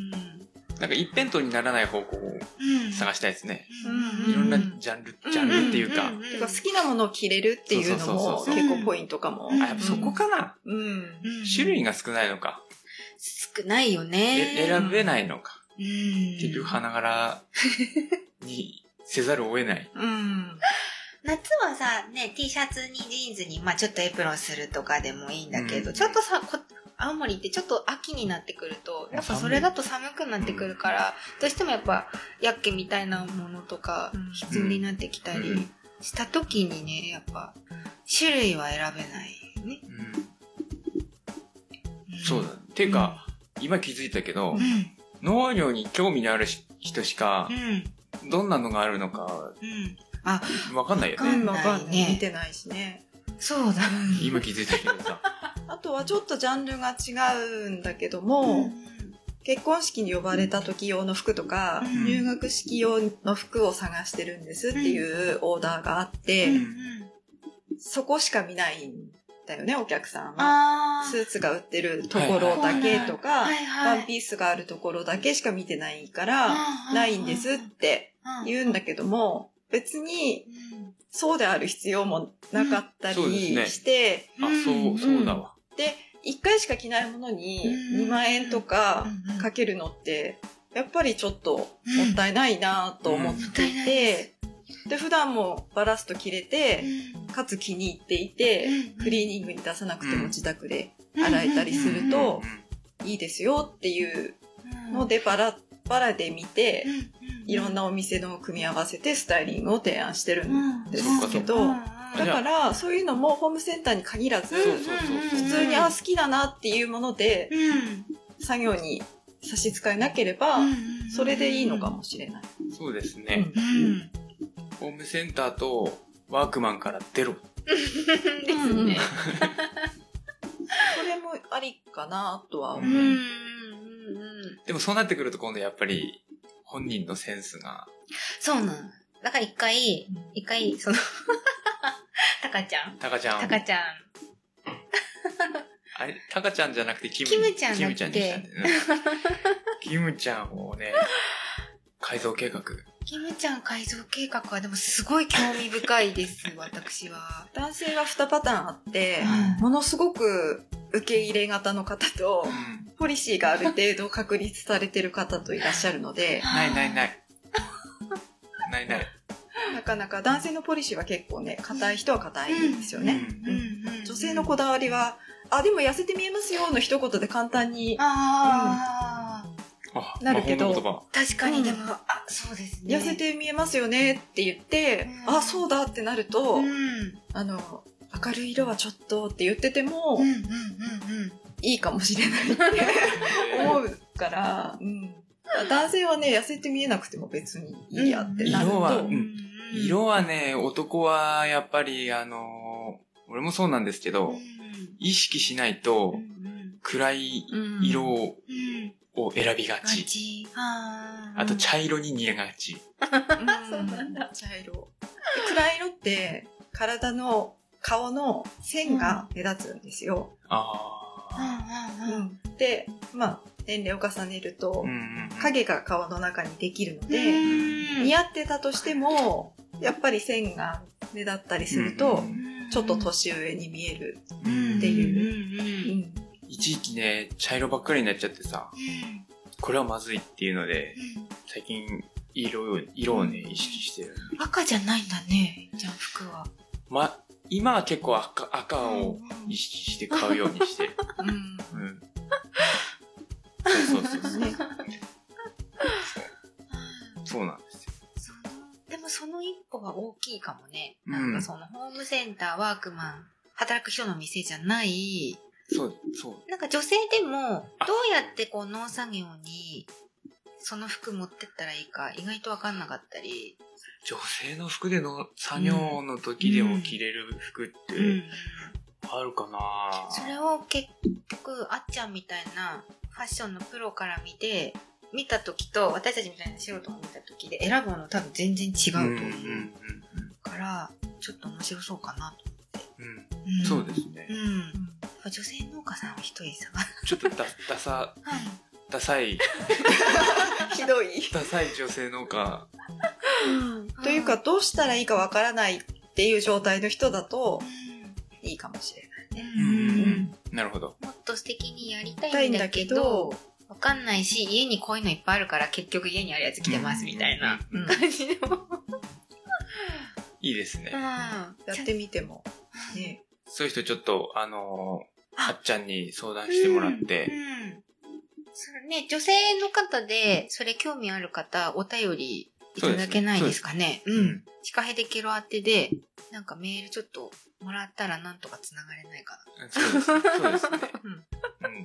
Speaker 2: なんか一辺倒にならない方向を探したいですね、うん、いろんなジャンル、ジャンルっていうか、
Speaker 3: うんうんうん、てか好きなものを着れるっていうのも結構ポイントかも、
Speaker 2: うん、あやっぱそこかな、
Speaker 3: うん、
Speaker 2: 種類が少ないのか
Speaker 1: 少ないよね
Speaker 2: 選べないのか、
Speaker 1: うん、
Speaker 2: 結局花柄にせざるを得ない、
Speaker 1: うん夏はさ、ね、T シャツにジーンズに、まあちょっとエプロンするとかでもいいんだけど、うん、ちょっとさ、こ青森ってちょっと秋になってくると、やっぱそれだと寒くなってくるから、うん、どうしてもやっぱ、ヤッケみたいなものとか、必要になってきたりした時にね、やっぱ、種類は選べないよね。
Speaker 2: うんうん、そうだね。ていうか、うん、今気づいたけど、うん、農業に興味のある人しか、うん、どんなのがあるのか、うん
Speaker 1: あ、
Speaker 2: わかんないよね。
Speaker 3: わかんないね。見てないしね。
Speaker 1: そうだ。
Speaker 2: 今気づいたけどさ。
Speaker 3: あとはちょっとジャンルが違うんだけども、うん、結婚式に呼ばれた時用の服とか、うん、入学式用の服を探してるんですっていうオーダーがあって、うんうん、そこしか見ないんだよね、お客さんは。スーツが売ってるところだけとか、はいはい、ワンピースがあるところだけしか見てないから、はい、ないんですって言うんだけども、別に、そうである必要もなかったりして、
Speaker 2: うんね、あ、そう、そうだわ。
Speaker 3: で、一回しか着ないものににまんえんとかかけるのって、やっぱりちょっともったいないなと思っていて、で、普段もバラすと着れて、かつ気に入っていて、クリーニングに出さなくても自宅で洗えたりすると、いいですよっていうので、バラ、バラで見て、いろんなお店の組み合わせてスタイリングを提案してるんですけど、だからそういうのもホームセンターに限らず、普通にあ好きだなっていうもので、作業に差し支えなければ、それでいいのかもしれない。
Speaker 2: そうですね。ホームセンターとワークマンから出ろ。
Speaker 1: ですね。
Speaker 3: それもありかなとは思う。
Speaker 2: でもそうなってくると今度やっぱり、本人のセンスが。
Speaker 1: そうなの。だから一回、一回、その、タカちゃん。
Speaker 2: タカちゃん。
Speaker 1: タカちゃん。
Speaker 2: あれ、タカちゃんじゃなくてキム、
Speaker 1: キムちゃんだっけ。
Speaker 2: キムちゃんにしたんだよね。キムちゃんをね、改造計画。
Speaker 1: キムちゃん改造計画はでもすごい興味深いです、私は。
Speaker 3: 男性はにパターンあって、うん、ものすごく受け入れ型の方と、うんポリシーがある程度確立されてる方といらっしゃるので。
Speaker 2: ないないない。ないない。
Speaker 3: なかなか男性のポリシーは結構ね、硬い人は硬いんですよね。女性のこだわりは、あ、でも痩せて見えますよの一言で簡単に、あうん、なるけど。
Speaker 1: 確かにでも、あ、 あ、そうですね。
Speaker 3: 痩せて見えますよねって言って、うん、あ、そうだってなると、うん、あの、明るい色はちょっとって言ってても、うんうんうんうん、いいかもしれないって思うから、うん、男性はね、痩せて見えなくても別にいいやってなると。
Speaker 2: 色は、うん、色はね、男はやっぱり、あの、俺もそうなんですけど、うん、意識しないと、暗い色を、を選びがち。あ, あと茶色に似がち。
Speaker 3: そうなんだ。茶色。暗い色って体の顔の線が目立つんですよ。うん、ああ、うん。で、まあ年齢を重ねると影が顔の中にできるので、似合ってたとしてもやっぱり線が目立ったりするとちょっと年上に見えるっていう。うん、
Speaker 2: 一時期ね、茶色ばっかりになっちゃってさ、うん、これはまずいっていうので、うん、最近色を、色をね、意識してる。
Speaker 1: 赤じゃないんだね、じゃあ服は。
Speaker 2: ま、今は結構赤、赤を意識して買うようにしてる。うん。うん。そうそうそうそう。そう。そうなんですよ。
Speaker 1: その、でもその一歩は大きいかもね。なんかそのホームセンター、ワークマン、働く人の店じゃない、
Speaker 2: そう、そう。
Speaker 1: なんか女性でも、どうやってこう農作業に、その服持ってったらいいか、意外とわかんなかったり。
Speaker 2: 女性の服での作業の時でも着れる服って、あるかな、
Speaker 1: うんうん、それを結局、あっちゃんみたいなファッションのプロから見て、見た時と、私たちみたいな素人が見た時で選ぶもの多分全然違うと思う。うんうんうん、から、ちょっと面白そうかなと思って。
Speaker 2: うんうん、そうですね。うん
Speaker 1: 女性農家さんは一人さ
Speaker 2: ちょっとダダサ、はい、ダサい
Speaker 3: ひどい
Speaker 2: ダサい女性農家、
Speaker 3: うん、というかどうしたらいいかわからないっていう状態の人だといいかもしれないね、うんうん、
Speaker 2: なるほど。
Speaker 1: もっと素敵にやりたいんだけどわかんないし家にこういうのいっぱいあるから結局家にあるやつ着てますみたいな感じでも
Speaker 2: いいですね、うん、
Speaker 3: やってみても、ね、
Speaker 2: そういう人ちょっとあのーあっちゃんに相談してもらって。うんうん、
Speaker 1: それね、女性の方で、それ興味ある方、お便りいただけないですかね。う, ねう, うん。シカヘデケロ宛てで、なんかメールちょっともらったらなんとかつながれないか
Speaker 2: な。そうです。そうですね。うん。うん。はい。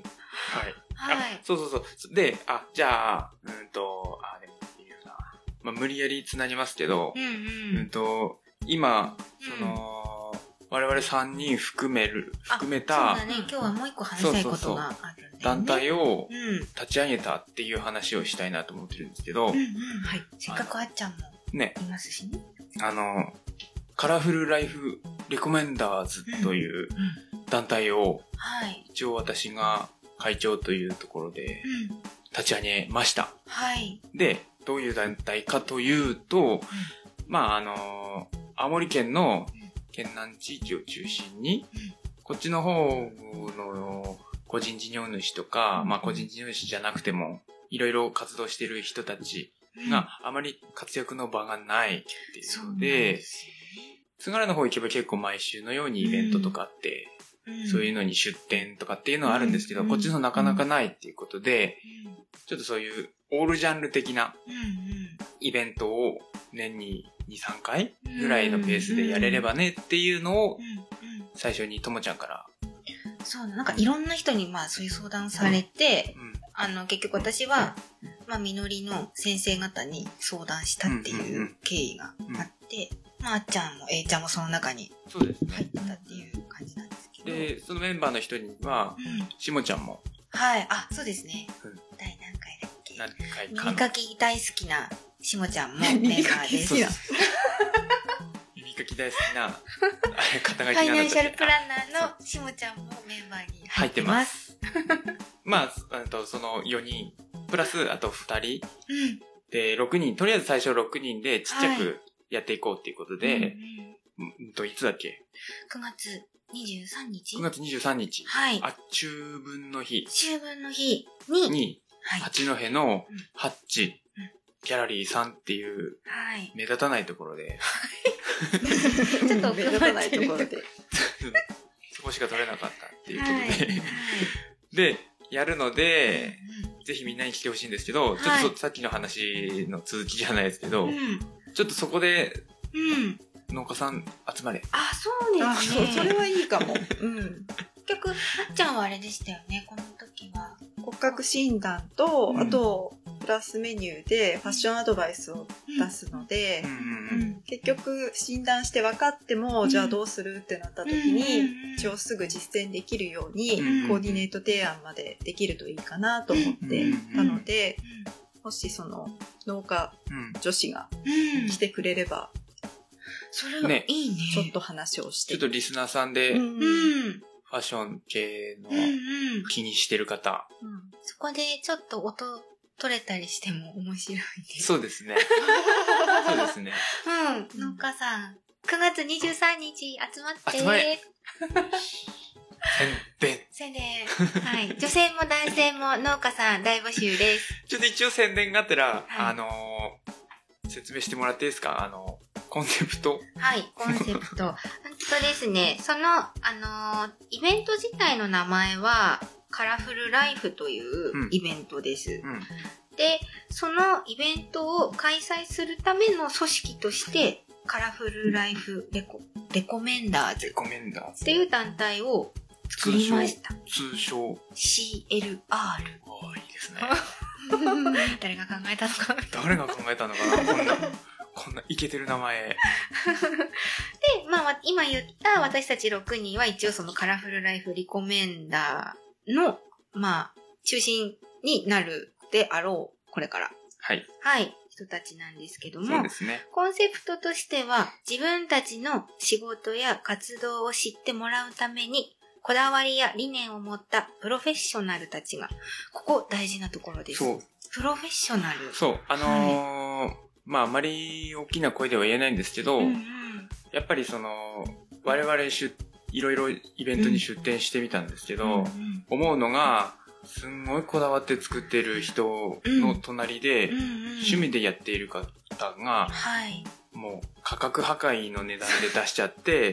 Speaker 2: はい。そうそうそう。で、あ、じゃあ、うんと、あ、でもいいな。まあ、無理やりつなぎますけど、うんうん。うんと、今、その、うん我々さんにん含める、含めた、
Speaker 1: そうだね、今日はもう一個話したいことがあるんだよね。
Speaker 2: 団体を立ち上げたっていう話をしたいなと思ってるんですけど、うんうん、
Speaker 1: はい。せっかくあっちゃんもいますしね。ね
Speaker 2: あの、カラフルライフレコメンダーズという団体を、一応私が会長というところで立ち上げました。はい。で、どういう団体かというと、うん、まあ、あの、青森県の県南地域を中心に、うん、こっちの方の個人事業主とか、うん、まあ個人事業主じゃなくても、いろいろ活動してる人たちがあまり活躍の場がないっていうので、うん、津軽の方行けば結構毎週のようにイベントとかあって、うん、そういうのに出店とかっていうのはあるんですけど、うん、こっちの方なかなかないっていうことで、うん、ちょっとそういうオールジャンル的なイベントを年にに、さんかいぐらいのペースでやれればねっていうのを最初にともちゃんから。
Speaker 1: そう、なんかいろんな人にまあそういう相談されて、うん、あの結局私は、まあみのりの先生方に相談したっていう経緯があって、まああっちゃんも A ちゃんもその中に入ってたっていう感じなんですけど。
Speaker 2: で、そのメンバーの人には、しもちゃんも。
Speaker 1: はい、あ、そうですね。うん、第何回だっけ？何回か。耳かき大好きなしもちゃんもメンバーです。
Speaker 2: 耳かき大好きな、あれ、肩書き
Speaker 1: なんだっけ？ファイナンシャルプランナーのしもちゃんもメンバーに入ってます。
Speaker 2: 入ってます。まあ、あとそのよにん、プラスあとふたり、うん、で、ろくにん、とりあえず最初ろくにんでちっちゃくやっていこうっていうことで、はい、うんと、いつだっけ？
Speaker 1: くがつにじゅうさんにち？
Speaker 2: くがつにじゅうさんにち。はい。あ、秋分の日。
Speaker 1: 秋分の日に、
Speaker 2: に、はい、八戸のハッチ、うん、ギャラリーさんっていう、はい、目立たないところで、
Speaker 1: ちょっと目立たないところで
Speaker 2: そこしか取れなかったっていうことで、はいはい、でやるので、うんうん、 ぜひみんなに来てほしいんですけど、
Speaker 1: はい、
Speaker 2: ちょっとさっきの話の続きじゃないですけど、
Speaker 1: うん、
Speaker 2: ちょっとそこで、
Speaker 1: うん
Speaker 2: 農家さん集まれ。
Speaker 1: あ、そうですね。
Speaker 3: それはいいかも。うん。
Speaker 1: 結局、なっちゃんはあれでしたよね、この時は。
Speaker 3: 骨格診断と、
Speaker 2: うん、
Speaker 3: あと、プラスメニューでファッションアドバイスを出すので、
Speaker 2: うんうんうん、
Speaker 3: 結局診断して分かっても、うん、じゃあどうするってなった時に、うん、一応すぐ実践できるように、うん、コーディネート提案までできるといいかなと思ってたので、うん、もしその農家女子が来てくれれば、
Speaker 1: それはいいね。
Speaker 3: ちょっと話をして。
Speaker 2: ちょっとリスナーさんで、うん、ファッション系の気にしてる方、
Speaker 1: うんうん。そこでちょっと音取れたりしても面白いね。
Speaker 2: そうですね。そうですね。
Speaker 1: うん。農家さん、くがつにじゅうさんにち集まって。
Speaker 2: 集まれ宣伝。
Speaker 1: 宣伝。はい。女性も男性も農家さん大募集です。
Speaker 2: ちょっと一応宣伝があったら、はい、あのー、説明してもらっていいですか？あのー、コンセプト。
Speaker 1: はい、コンセプト。本当ですね、その、あのー、イベント自体の名前は、カラフルライフというイベントです。うんうん、で、そのイベントを開催するための組織として、カラフルライフレコ、レコメンダーズ。
Speaker 2: レコメンダーズ。
Speaker 1: っていう団体を作りました。
Speaker 2: 通称。
Speaker 1: シーエルアール。
Speaker 2: おー、いいですね。
Speaker 1: 誰が考えたのか。
Speaker 2: 誰が考えたのかな、こんな。こんなイケてる名前。で、
Speaker 1: まあ、今言った私たちろくにんは一応そのカラフルライフリコメンダーの、まあ、中心になるであろう、これから。
Speaker 2: はい。
Speaker 1: はい。人たちなんですけども、
Speaker 2: そうですね。
Speaker 1: コンセプトとしては、自分たちの仕事や活動を知ってもらうために、こだわりや理念を持ったプロフェッショナルたちが、ここ大事なところです。そう。プロフェッショナル。
Speaker 2: そう。あのー、はい、まあ、あまり大きな声では言えないんですけど、うんうん、やっぱりその、我々しいろいろイベントに出展してみたんですけど、うんうん、思うのが、すんごいこだわって作ってる人の隣で、うんうんうん、趣味でやっている方が、はい、もう価格破壊の値段で出しちゃって、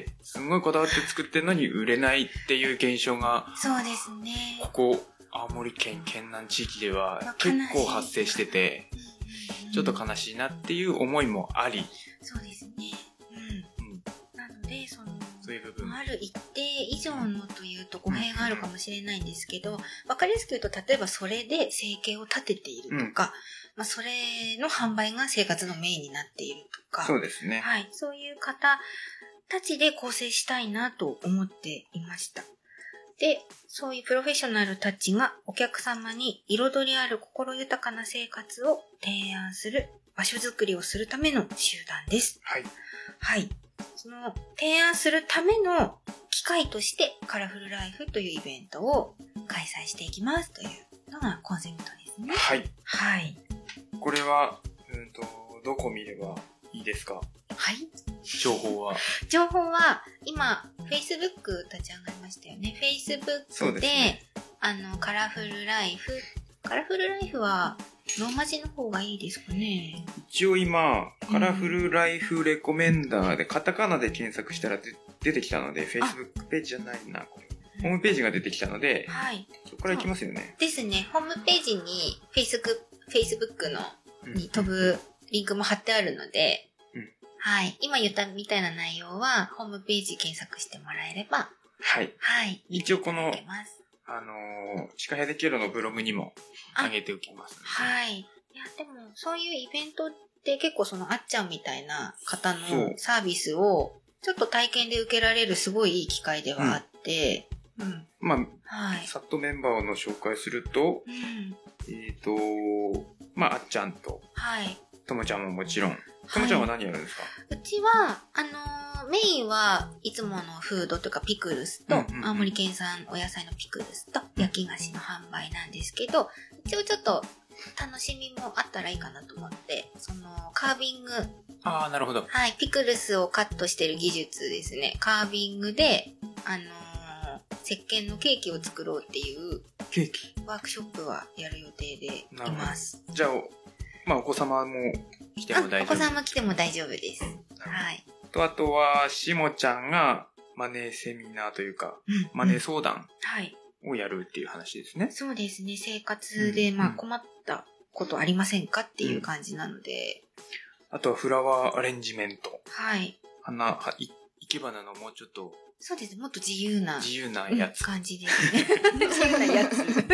Speaker 2: すんごいこだわって作ってるのに売れないっていう現象が、
Speaker 1: そうですね。
Speaker 2: ここ、青森県県南地域では結構発生してて、ちょっと悲しいなっていう思いもあり。
Speaker 1: そうですね。うん。うん、なので、その、
Speaker 2: そういう部分。
Speaker 1: ある一定以上のというと語弊があるかもしれないんですけど、わ、うん、かりやすく言うと、例えばそれで生計を立てているとか、うん、まあそれの販売が生活のメインになっているとか。
Speaker 2: そうですね。
Speaker 1: はい。そういう方たちで構成したいなと思っていました。で、そういうプロフェッショナルたちがお客様に彩りある心豊かな生活を提案する場所づくりをするための集団です。
Speaker 2: はい。
Speaker 1: はい。その提案するための機会としてカラフルライフというイベントを開催していきますというのがコンセプトですね。
Speaker 2: はい。
Speaker 1: はい。
Speaker 2: これは、うんと、どこ見ればいいですか？
Speaker 1: はい。
Speaker 2: 情報は
Speaker 1: 情報は今 Facebook 立ち上がりましたよね。Facebook で、ね、あのカラフルライフカラフルライフはローマ字の方がいいですかね。
Speaker 2: 一応今カラフルライフレコメンダーでカタカナで検索したらで出てきたので Facebook ページじゃないなこれホームページが出てきたので、はい、そこから行きますよね。
Speaker 1: ですね。ホームページに Facebook Facebook のに飛ぶリンクも貼ってあるので。はい。今言ったみたいな内容は、ホームページ検索してもらえれば。
Speaker 2: はい。
Speaker 1: はい。
Speaker 2: 一応この、あのー、シカヘデケロのブログにも上げておきます、ね。
Speaker 1: はい。いや、でも、そういうイベントって結構そのあっちゃんみたいな方のサービスを、ちょっと体験で受けられるすごいいい機会ではあって、
Speaker 2: うん。うん、まあ、はい。さっとメンバーの紹介すると、うん、えっ、ー、と、まあ、あっちゃんと、はい。ともちゃんももちろん、ともちゃんは何やるんですか？
Speaker 1: はい、うちは、あのー、メインはいつものフードとかピクルスと、うんうんうん、青森県産お野菜のピクルスと焼き菓子の販売なんですけど、一応ちょっと楽しみもあったらいいかなと思って、そのカービング。
Speaker 2: ああ、なるほど。
Speaker 1: はい、ピクルスをカットしてる技術ですね。カービングで、あのー、石鹸のケーキを作ろうっていう
Speaker 2: ケーキ
Speaker 1: ワークショップはやる予定でいます。
Speaker 2: じゃあ、まあお子様も来ても大丈夫。
Speaker 1: お子さんも来ても大丈夫です。はい。
Speaker 2: と、あとは、しもちゃんがマネーセミナーというか、うん、マネー相談をやるっていう話ですね。
Speaker 1: そうですね。生活で、まあ困ったことありませんかっていう感じなので。
Speaker 2: うん、あとはフラワーアレンジメント。
Speaker 1: はい。
Speaker 2: 花、はい生け花のもうちょっと。
Speaker 1: そうです。もっと自由な。
Speaker 2: 自由なやつ。
Speaker 1: 感じですね。自由なやつ。あれ、川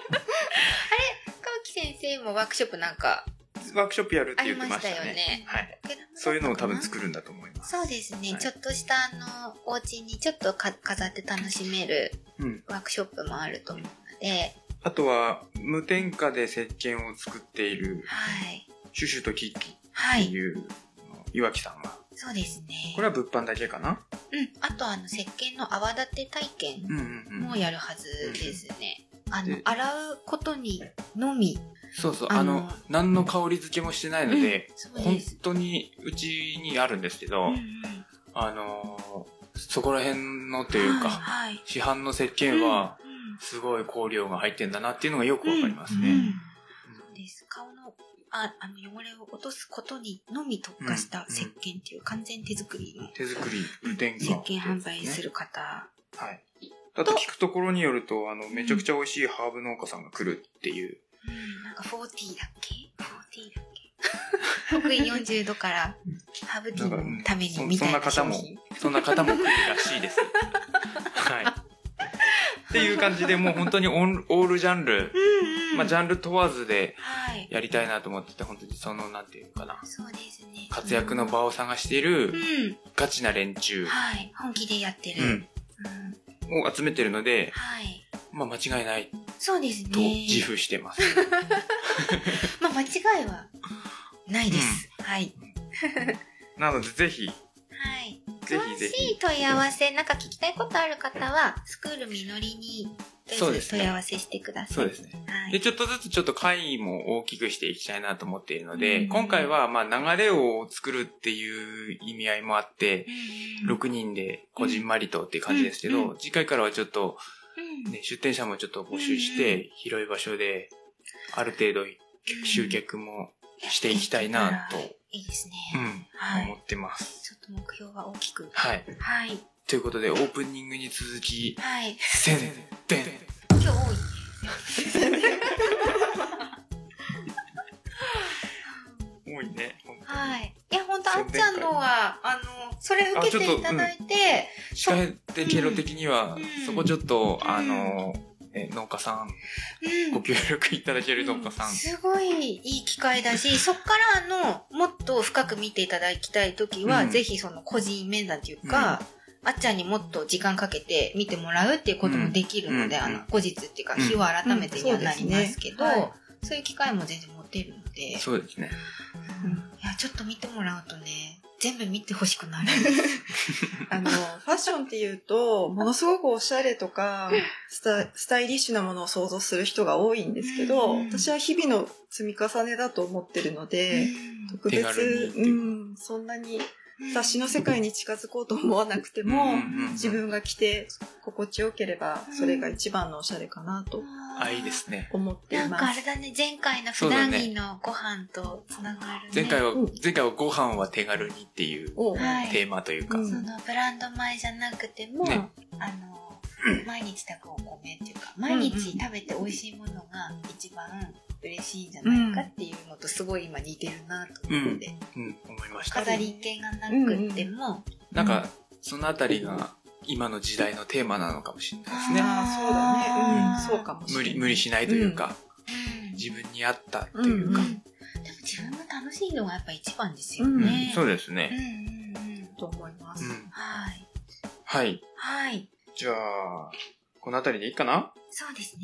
Speaker 1: 木先生もワークショップなんか。
Speaker 2: ワークショップやるって言ってましたね。
Speaker 1: ありましたよね。
Speaker 2: はい。そういうのを多分作るんだと思います。
Speaker 1: そうですね。
Speaker 2: はい、
Speaker 1: ちょっとしたあの、お家にちょっとか飾って楽しめるワークショップもあると思うので。
Speaker 2: うん、あとは、無添加で石鹸を作っている、
Speaker 1: はい。
Speaker 2: シュシュとキッキっていう、はい、岩木さんが。
Speaker 1: そうですね。
Speaker 2: これは物販だけかな？
Speaker 1: うん。あとあの、石鹸の泡立て体験もやるはずですね。うんうんうん、あの、洗うことにのみ。
Speaker 2: そうそう。あの、あの何の香り付けもしてないので、うん、本当にうちにあるんですけど、うんうん、あの、そこら辺のというか、はいはい、市販の石鹸は、すごい香料が入ってんだなっていうのがよくわかりますね。うんうん、
Speaker 1: です。顔の、あ、あの汚れを落とすことにのみ特化した石鹸っていう完全手作りの、
Speaker 2: 手作り無添加、
Speaker 1: 石鹸販売する方。
Speaker 2: はい。あと聞くところによると、あの、めちゃくちゃ美味しいハーブ農家さんが来るっていう。
Speaker 1: うん、なんかフォーティーだっけ ?フォーティー だっけ北緯よんじゅうどからハーブティーのためにみたいな商品。
Speaker 2: そんな方も、そんな方も来るらしいです。はい。っていう感じで、もう本当にオールジャンル、うんうん、まあジャンル問わずでやりたいなと思ってて、本当にその、なんていうかな。
Speaker 1: そうですね。
Speaker 2: 活躍の場を探している、ガチな連中、うん。
Speaker 1: はい。本気でやってる。うん
Speaker 2: うん、を集めてるので、
Speaker 1: はい。
Speaker 2: まあ間違いない。
Speaker 1: そうですね。
Speaker 2: と自負してます。
Speaker 1: まあ間違いはないです。うん、はい。
Speaker 2: なのでぜひ。
Speaker 1: はい。ぜひぜひ。詳しい問い合わせ、なんか聞きたいことある方は、スクールみのりに問い合わせしてください。
Speaker 2: そうですね。はい、で、ちょっとずつちょっと会も大きくしていきたいなと思っているので、うん、今回はまあ流れを作るっていう意味合いもあって、うん、ろくにんでこじんまりとっていう感じですけど、うん、次回からはちょっと、ね、出店者もちょっと募集して、広い場所で、ある程度集客もしていきたいなと。
Speaker 1: いいですね。
Speaker 2: うん。はい、思ってます。
Speaker 1: ちょっと目標は大きく。
Speaker 2: はい。
Speaker 1: はい。
Speaker 2: ということで、オープニングに続き、
Speaker 1: はい。
Speaker 2: 宣伝。
Speaker 1: 今日多い。
Speaker 2: 多いね。
Speaker 1: はい。いや、ほんと、あっちゃんのは、あの、それ受けていただいて、
Speaker 2: 司会で経路的には、そこちょっと、あの、え農家さん、うん、ご協力いただける農家さん、うん、
Speaker 1: すごいいい機会だし、そっからのもっと深く見ていただきたいときは、うん、ぜひその個人面談っていうか、うん、あっちゃんにもっと時間かけて見てもらうっていうこともできるので、うん、あの後日っていうか日を改めてにはなりますけど、うんうん そうですね、はい、そういう機会も全然持てるので、
Speaker 2: そうですね、
Speaker 1: うん、いやちょっと見てもらうとね、全部見てほしくなる
Speaker 3: あの、ファッションっていうと、ものすごくおしゃれとかスタ、スタイリッシュなものを想像する人が多いんですけど、うん、私は日々の積み重ねだと思ってるので、うん、特別、うん、そんなに雑誌の世界に近づこうと思わなくても、自分が着て心地よければ、それが一番のおしゃれかなと。
Speaker 2: あ、いいですね。
Speaker 3: 思っています。
Speaker 1: なんかあれだね、前回の普段着のご飯とつながるね。
Speaker 2: 前回は、前回はご飯は手軽にっていうテーマというか。
Speaker 1: はい、そのブランド米じゃなくても、ね、あの、毎日炊くお米っていうか、毎日食べて美味しいものが一番嬉しいんじゃないかっていうのとすごい今似てるなと思って。
Speaker 2: うん、うん、思いました。
Speaker 1: 飾り気がなくても。
Speaker 2: なんか、そのあたりが、今の時代のテーマなのかもしれないですね。
Speaker 3: ああ、そうだね。うん、そうかもしれない。
Speaker 2: 無理、無理しないというか、うん、自分に合ったというか、うんうん。
Speaker 1: でも自分が楽しいのがやっぱ一番ですよね。
Speaker 2: うん、そうですね。
Speaker 1: うんうんうん、
Speaker 3: と思います、うん。
Speaker 1: はい。
Speaker 2: はい。
Speaker 1: はい。
Speaker 2: じゃあ、このあたりでいいかな？
Speaker 1: そうですね。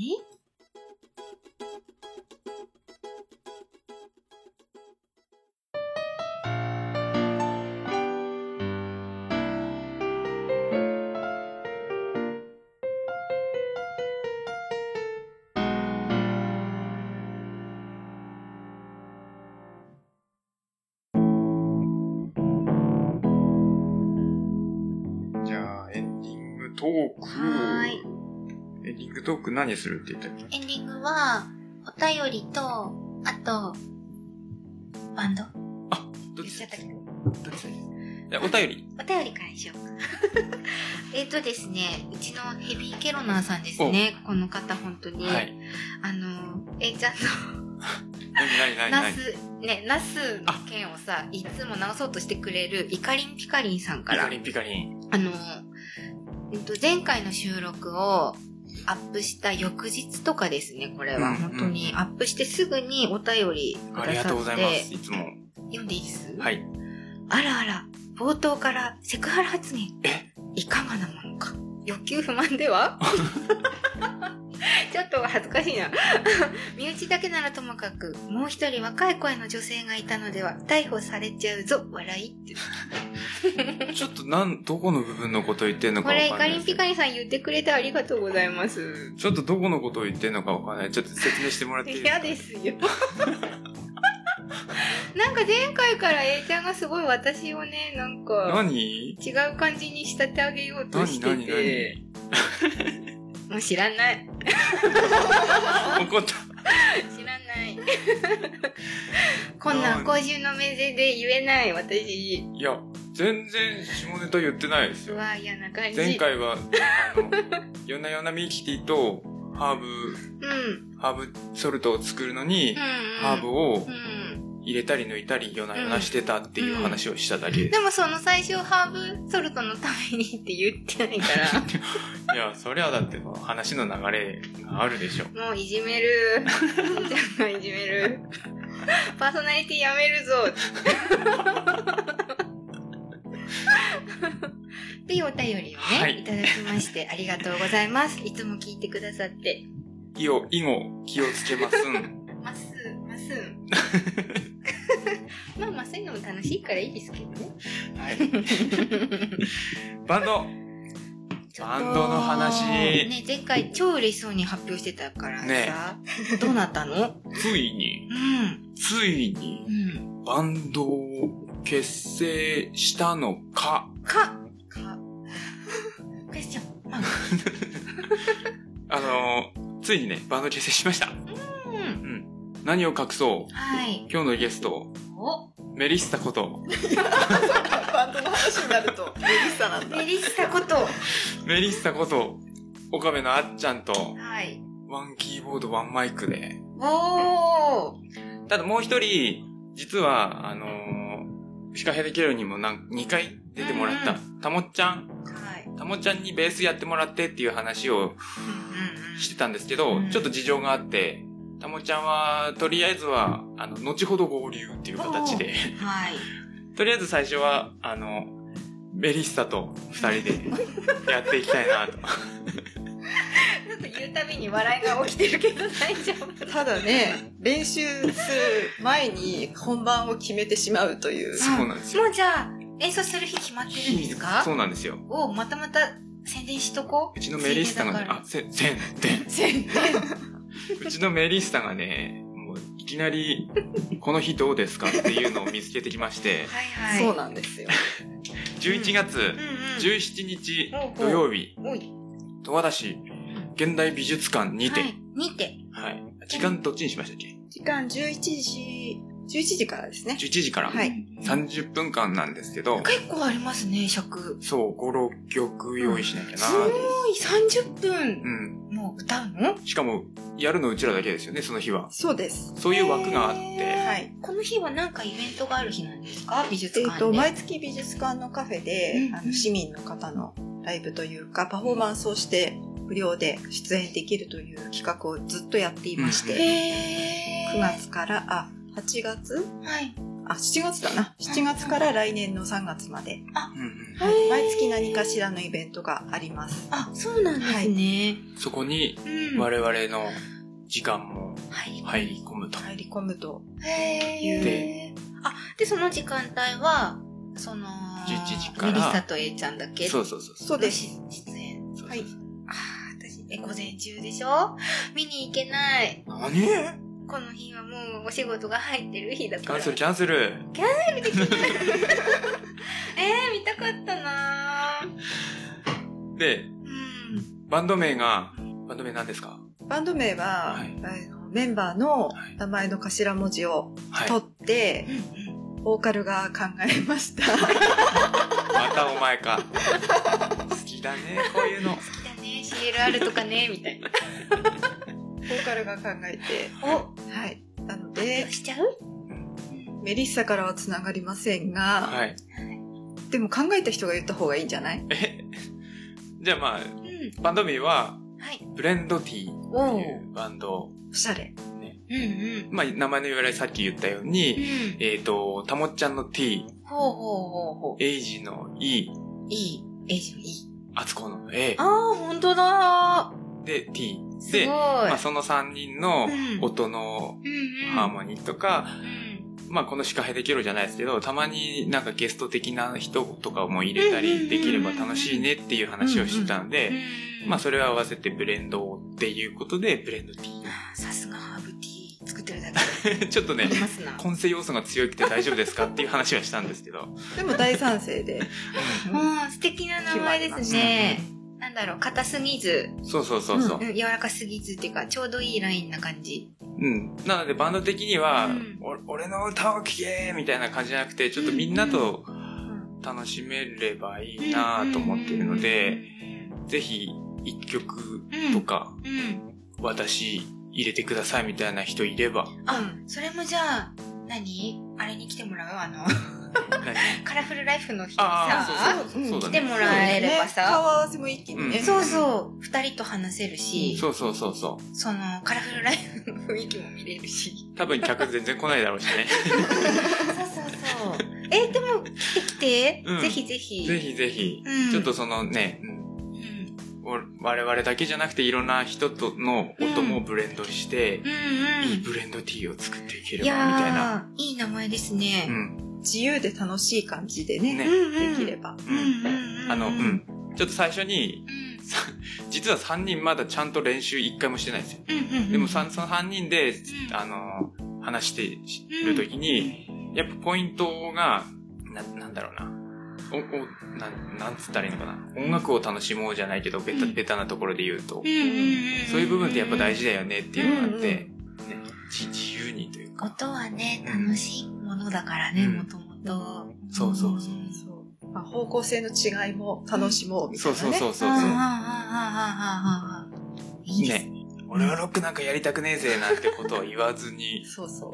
Speaker 2: トーク。
Speaker 1: はい。
Speaker 2: エンディングトーク何するって言ったっけ？
Speaker 1: エンディングは、お便りと、あと、バンド？
Speaker 2: あ、どっちだったっけ？どっちだっけ？ じゃあお便り。
Speaker 1: お便りからしようか。えっとですね、うちのヘビーケロナーさんですね。この方本当に。はい。あの、えー、ちゃんと、
Speaker 2: 何何何
Speaker 1: ナス、ね、ナスの件をさ、いつも直そうとしてくれるイカリンピカリンさんから。
Speaker 2: イカリンピカリン。
Speaker 1: あの、えっと、前回の収録をアップした翌日とかですね、これは。うんうん、本当にアップしてすぐにお便りくださって。
Speaker 2: ありがとうございます、いつも。
Speaker 1: 読んでいいです？
Speaker 2: はい。
Speaker 1: あらあら、冒頭からセクハラ発言。
Speaker 2: え？
Speaker 1: いかがなものか。欲求不満ではちょっと恥ずかしいな。身内だけならともかく、もう一人若い声の女性がいたのでは、逮捕されちゃうぞ、笑いって。
Speaker 2: ちょっとなん、どこの部分のことを言ってんのかわかんない。
Speaker 1: これ、イカリンピカリンさん言ってくれてありがとうございます。
Speaker 2: ちょっとどこのことを言ってんのかわかんない。ちょっと説明してもらっていいですか？
Speaker 1: 嫌ですよ。なんか前回から A ちゃんがすごい私をね、なんか、
Speaker 2: 何？
Speaker 1: 違う感じに仕立て上げようとしてて。
Speaker 2: 何何
Speaker 1: 何もう知らない。
Speaker 2: 怒った。
Speaker 1: 知らない。こんな公衆の面前で言えない、私。
Speaker 2: いや、全然下ネタ言ってないですよ。
Speaker 1: うわ、嫌な感じ。
Speaker 2: 前回は、あの、ヨナヨナミキティとハーブ、
Speaker 1: うん、
Speaker 2: ハーブソルトを作るのに、
Speaker 1: うんうん、
Speaker 2: ハーブを、
Speaker 1: うん
Speaker 2: 入れたり抜いたりヨナヨナしてたっていう話をしただけです、うん、
Speaker 1: でもその最初ハーブソルトのためにって言ってないから
Speaker 2: いやそりゃだって話の流れがあるでしょ。
Speaker 1: もういじめるじゃんがいじめるパーソナリティやめるぞっていうお便りをね、はい、いただきましてありがとうございます。いつも聞いてくださって
Speaker 2: 以後以後気をつけますん
Speaker 1: ますますんまあまあそういうのも楽しいからいいですけどね。
Speaker 2: はい。バンドバンドの話。
Speaker 1: ね、前回超嬉しそうに発表してたからさ、ね、どうなったの？
Speaker 2: ついに、
Speaker 1: うん、
Speaker 2: ついに、うん、バンドを結成したのか。
Speaker 1: か。か。クエスチョン。
Speaker 2: あの、ついにね、バンド結成しました。
Speaker 1: うん。うん。
Speaker 2: 何を隠そう。
Speaker 1: はい。
Speaker 2: 今日のゲスト。
Speaker 1: お
Speaker 2: メリッサこと。
Speaker 3: バンドの話になると、メリッサなんだ。
Speaker 1: メリッサこと。
Speaker 2: メリッサこと、岡部のあっちゃんと、
Speaker 1: はい。
Speaker 2: ワンキーボード、ワンマイクで。
Speaker 1: お
Speaker 2: ー。ただもう一人、実は、あのー、シカヘデケロにもにかい出てもらった、たもっちゃん。
Speaker 1: はい。
Speaker 2: たもっちゃんにベースやってもらってっていう話をしてたんですけど、うん、ちょっと事情があって、たもちゃんは、とりあえずは、あの、後ほど合流っていう形で、
Speaker 1: はい。
Speaker 2: とりあえず最初は、あの、メリッサと二人でやっていきたいなと。
Speaker 1: ちょっと言うたびに笑いが起きてるけど大丈夫。
Speaker 3: ただね、練習する前に本番を決めてしまうという。
Speaker 2: そうなんですよ。
Speaker 1: もうじゃあ、演奏する日決まってるんですか？
Speaker 2: そうなんですよ。
Speaker 1: おまたまた宣伝しとこう。
Speaker 2: うちのメリッサがね、あ、せ、宣伝。
Speaker 1: 宣伝。
Speaker 2: うちのメリッサがね、もういきなり、この日どうですかっていうのを見つけてきまして。
Speaker 1: はいはい。
Speaker 3: そうなんですよ。
Speaker 2: じゅういちがつじゅうしちにち土曜日、十和田市現代美術館にて。
Speaker 1: はい、にて。
Speaker 2: はい。時間どっちにしましたっけ？
Speaker 3: 時間じゅういちじ、じゅういちじからですね。
Speaker 2: じゅういちじから。
Speaker 3: はい。
Speaker 2: さんじゅっぷんかんなんですけど。
Speaker 1: 結構ありますね、尺。
Speaker 2: そう、ご、ろっきょく用意しなきゃな、うん。
Speaker 1: すごい、さんじゅっぷん。
Speaker 2: うん。
Speaker 1: もう歌うの？
Speaker 2: しかも、やるのうちらだけですよね、その日は。
Speaker 3: そうです。
Speaker 2: そういう枠があって。
Speaker 3: はい。
Speaker 1: この日は何かイベントがある日なんですか？美術館で。
Speaker 3: えっと、毎月美術館のカフェで、うん、あの市民の方のライブというか、パフォーマンスをして、無料で出演できるという企画をずっとやっていまして、
Speaker 1: へー。
Speaker 3: くがつから、あ、はちがつ？
Speaker 1: はい。
Speaker 3: あ、しちがつだな。しちがつから来年のさんがつまで。
Speaker 1: あ、
Speaker 3: はい、毎月何かしらのイベントがあります。
Speaker 1: あ、そうなんですね。はい、
Speaker 2: そこに、我々の時間も入り込むと。
Speaker 3: 入り込むと。
Speaker 1: へー。
Speaker 2: で、
Speaker 1: あ、で、その時間帯は、その、
Speaker 2: じゅういちじから。
Speaker 1: メリッサと A ちゃんだけ。
Speaker 2: そうそうそう。
Speaker 3: そうです。
Speaker 1: 出演。
Speaker 2: そうそうそう。
Speaker 3: はい。
Speaker 1: あ、私、え、午前中でしょ？見に行けない。
Speaker 2: 何？
Speaker 1: この日はもうお仕事が入ってる日だから。
Speaker 2: キャンセルキャンセル。
Speaker 1: キャンセルできない。えー、見たかったな
Speaker 2: ー。で、
Speaker 1: うん、
Speaker 2: バンド名が、バンド名何ですか？
Speaker 3: バンド名は、はい、あのメンバーの名前の頭文字を取って、
Speaker 1: はい、
Speaker 3: ボーカルが考えました。
Speaker 2: またお前か。好きだね、こういうの。
Speaker 1: 好きだね、シーエルアール とかね、みたいな。
Speaker 3: ボーカルが考えて、
Speaker 1: お、
Speaker 3: はい。なので、
Speaker 1: しちゃう？
Speaker 3: メリッサからはつながりませんが、
Speaker 2: はい。
Speaker 3: でも考えた人が言った方がいいんじゃない？
Speaker 2: えじゃあまあ、
Speaker 1: うん、
Speaker 2: バンド名は、
Speaker 1: はい、
Speaker 2: ブレンドティーっていうバンド。
Speaker 3: おしゃれ。
Speaker 2: ね。
Speaker 1: うんうん。
Speaker 2: まあ、名前の由来さっき言ったように、
Speaker 1: うん、
Speaker 2: えっ、ー、と、たもっちゃんの T、
Speaker 1: ほうほうほうほう。
Speaker 2: エイジの E、
Speaker 1: いい、エイジのいい。
Speaker 2: あつこの A。
Speaker 1: ああ、ほんとだ
Speaker 2: ー。で、T。
Speaker 1: すごい。
Speaker 2: で、まあ、そのさんにんの音のハーモニーとか、
Speaker 1: うん、
Speaker 2: まあ、このシカヘデケロじゃないですけど、たまになんかゲスト的な人とかも入れたりできれば楽しいねっていう話をしてたんで、まあ、それを合わせてブレンドっていうことで、ブレンドティー。
Speaker 1: さすがハーブティー作ってるだけ
Speaker 2: ちょっとね、
Speaker 1: ますな
Speaker 2: 混成要素が強くて大丈夫ですかっていう話はしたんですけど。
Speaker 3: でも大賛成で。
Speaker 1: うん、素敵な名前ですね。なんだろう、硬すぎず。
Speaker 2: そうそうそうそう、
Speaker 1: うん、柔らかすぎずっていうか、ちょうどいいラインな感じ。
Speaker 2: うん。なのでバンド的には、
Speaker 1: うん、
Speaker 2: 俺の歌を聴けみたいな感じじゃなくて、ちょっとみんなと楽しめればいいなと思っているので、ぜひ一曲とか、私入れてくださいみたいな人いれば。
Speaker 1: あ、それもじゃあ、何あれに来てもらうあの、カラフルライフの人にさ、来てもらえればさ、
Speaker 3: 顔合わせも一気にね。
Speaker 1: そうそう、二人と話せるし、
Speaker 2: そうそうそうそう。
Speaker 1: その、カラフルライフの雰囲気も見れるし。
Speaker 2: 多分客全然来ないだろうしね。
Speaker 1: そうそうそう。え、でも、来て来て、うん、ぜひぜひ。
Speaker 2: ぜひぜひ。
Speaker 1: うん、
Speaker 2: ちょっとそのね、うん我々だけじゃなくていろんな人との音もブレンドして、うん、いいブレンドティーを作っていければみたいな。
Speaker 1: いい名前ですね。
Speaker 3: うん、自由で楽しい感じでね、ねできれば。
Speaker 2: あの、うん。ちょっと最初に、うん、実はさんにんまだちゃんと練習いっかいもしてないんですよ。でもそのさんにんで、あの、話しているときに、やっぱポイントが、な、なんだろうな。お、お、なん、なんつったらいいのかな。音楽を楽しもうじゃないけど、ベタ、ベタなところで言うと、そういう部分ってやっぱ大事だよねっていうのがあって、ね、自由にというか。
Speaker 1: 音はね、楽しいものだからね、もともと。
Speaker 2: そうそうそう。
Speaker 3: そうまあ、方向性の違いも楽しもうみたいなね。
Speaker 2: そうそうそうそう。
Speaker 1: いいですね。
Speaker 2: 俺はロックなんかやりたくねえぜなんてことを言わずに。
Speaker 3: そうそう。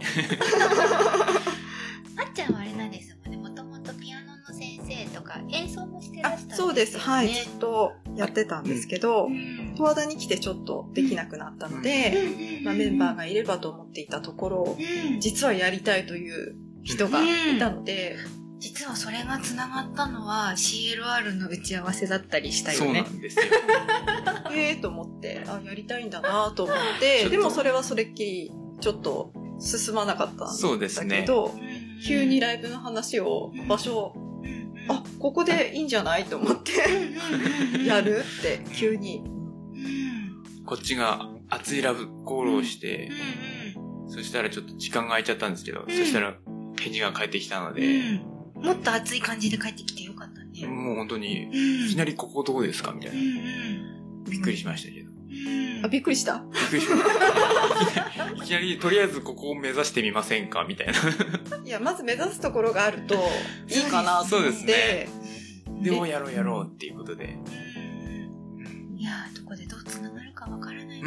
Speaker 1: あっちゃんはあれなんですもんね。もともとピアノの先生とか演奏もしてらしたんですよね。
Speaker 3: そうです。はい。ずっとやってたんですけど、十和田に来てちょっとできなくなったので、まあ、メンバーがいればと思っていたところ、実はやりたいという人がいたので、
Speaker 1: 実はそれが繋がったのは シーエルアール の打ち合わせだったりしたよね。
Speaker 2: そうなんですよ。
Speaker 3: ええと思って、あ、やりたいんだなと思って、でもそれはそれっきりちょっと進まなかったんだけど、そうですね、急にライブの話を、場所、あ、ここでいいんじゃないと思って、やるって急に。
Speaker 2: こっちが熱いラブコールをして、そしたらちょっと時間が空いちゃったんですけど、そしたら返事が返ってきたので、
Speaker 1: もっと熱い感じで帰ってきてよかったね。
Speaker 2: もう本当に、いきなりここどうですかみたいな。びっくりしましたけど。
Speaker 3: あ、びっくりした
Speaker 2: びっくりしました。いきなり、とりあえずここを目指してみませんかみたいな。
Speaker 3: いや、まず目指すところがあるといいかなと思って。そうですね。
Speaker 2: でもやろうやろうっていうことで。
Speaker 1: いやー、どこでどう繋がるかわからないね。
Speaker 2: うん。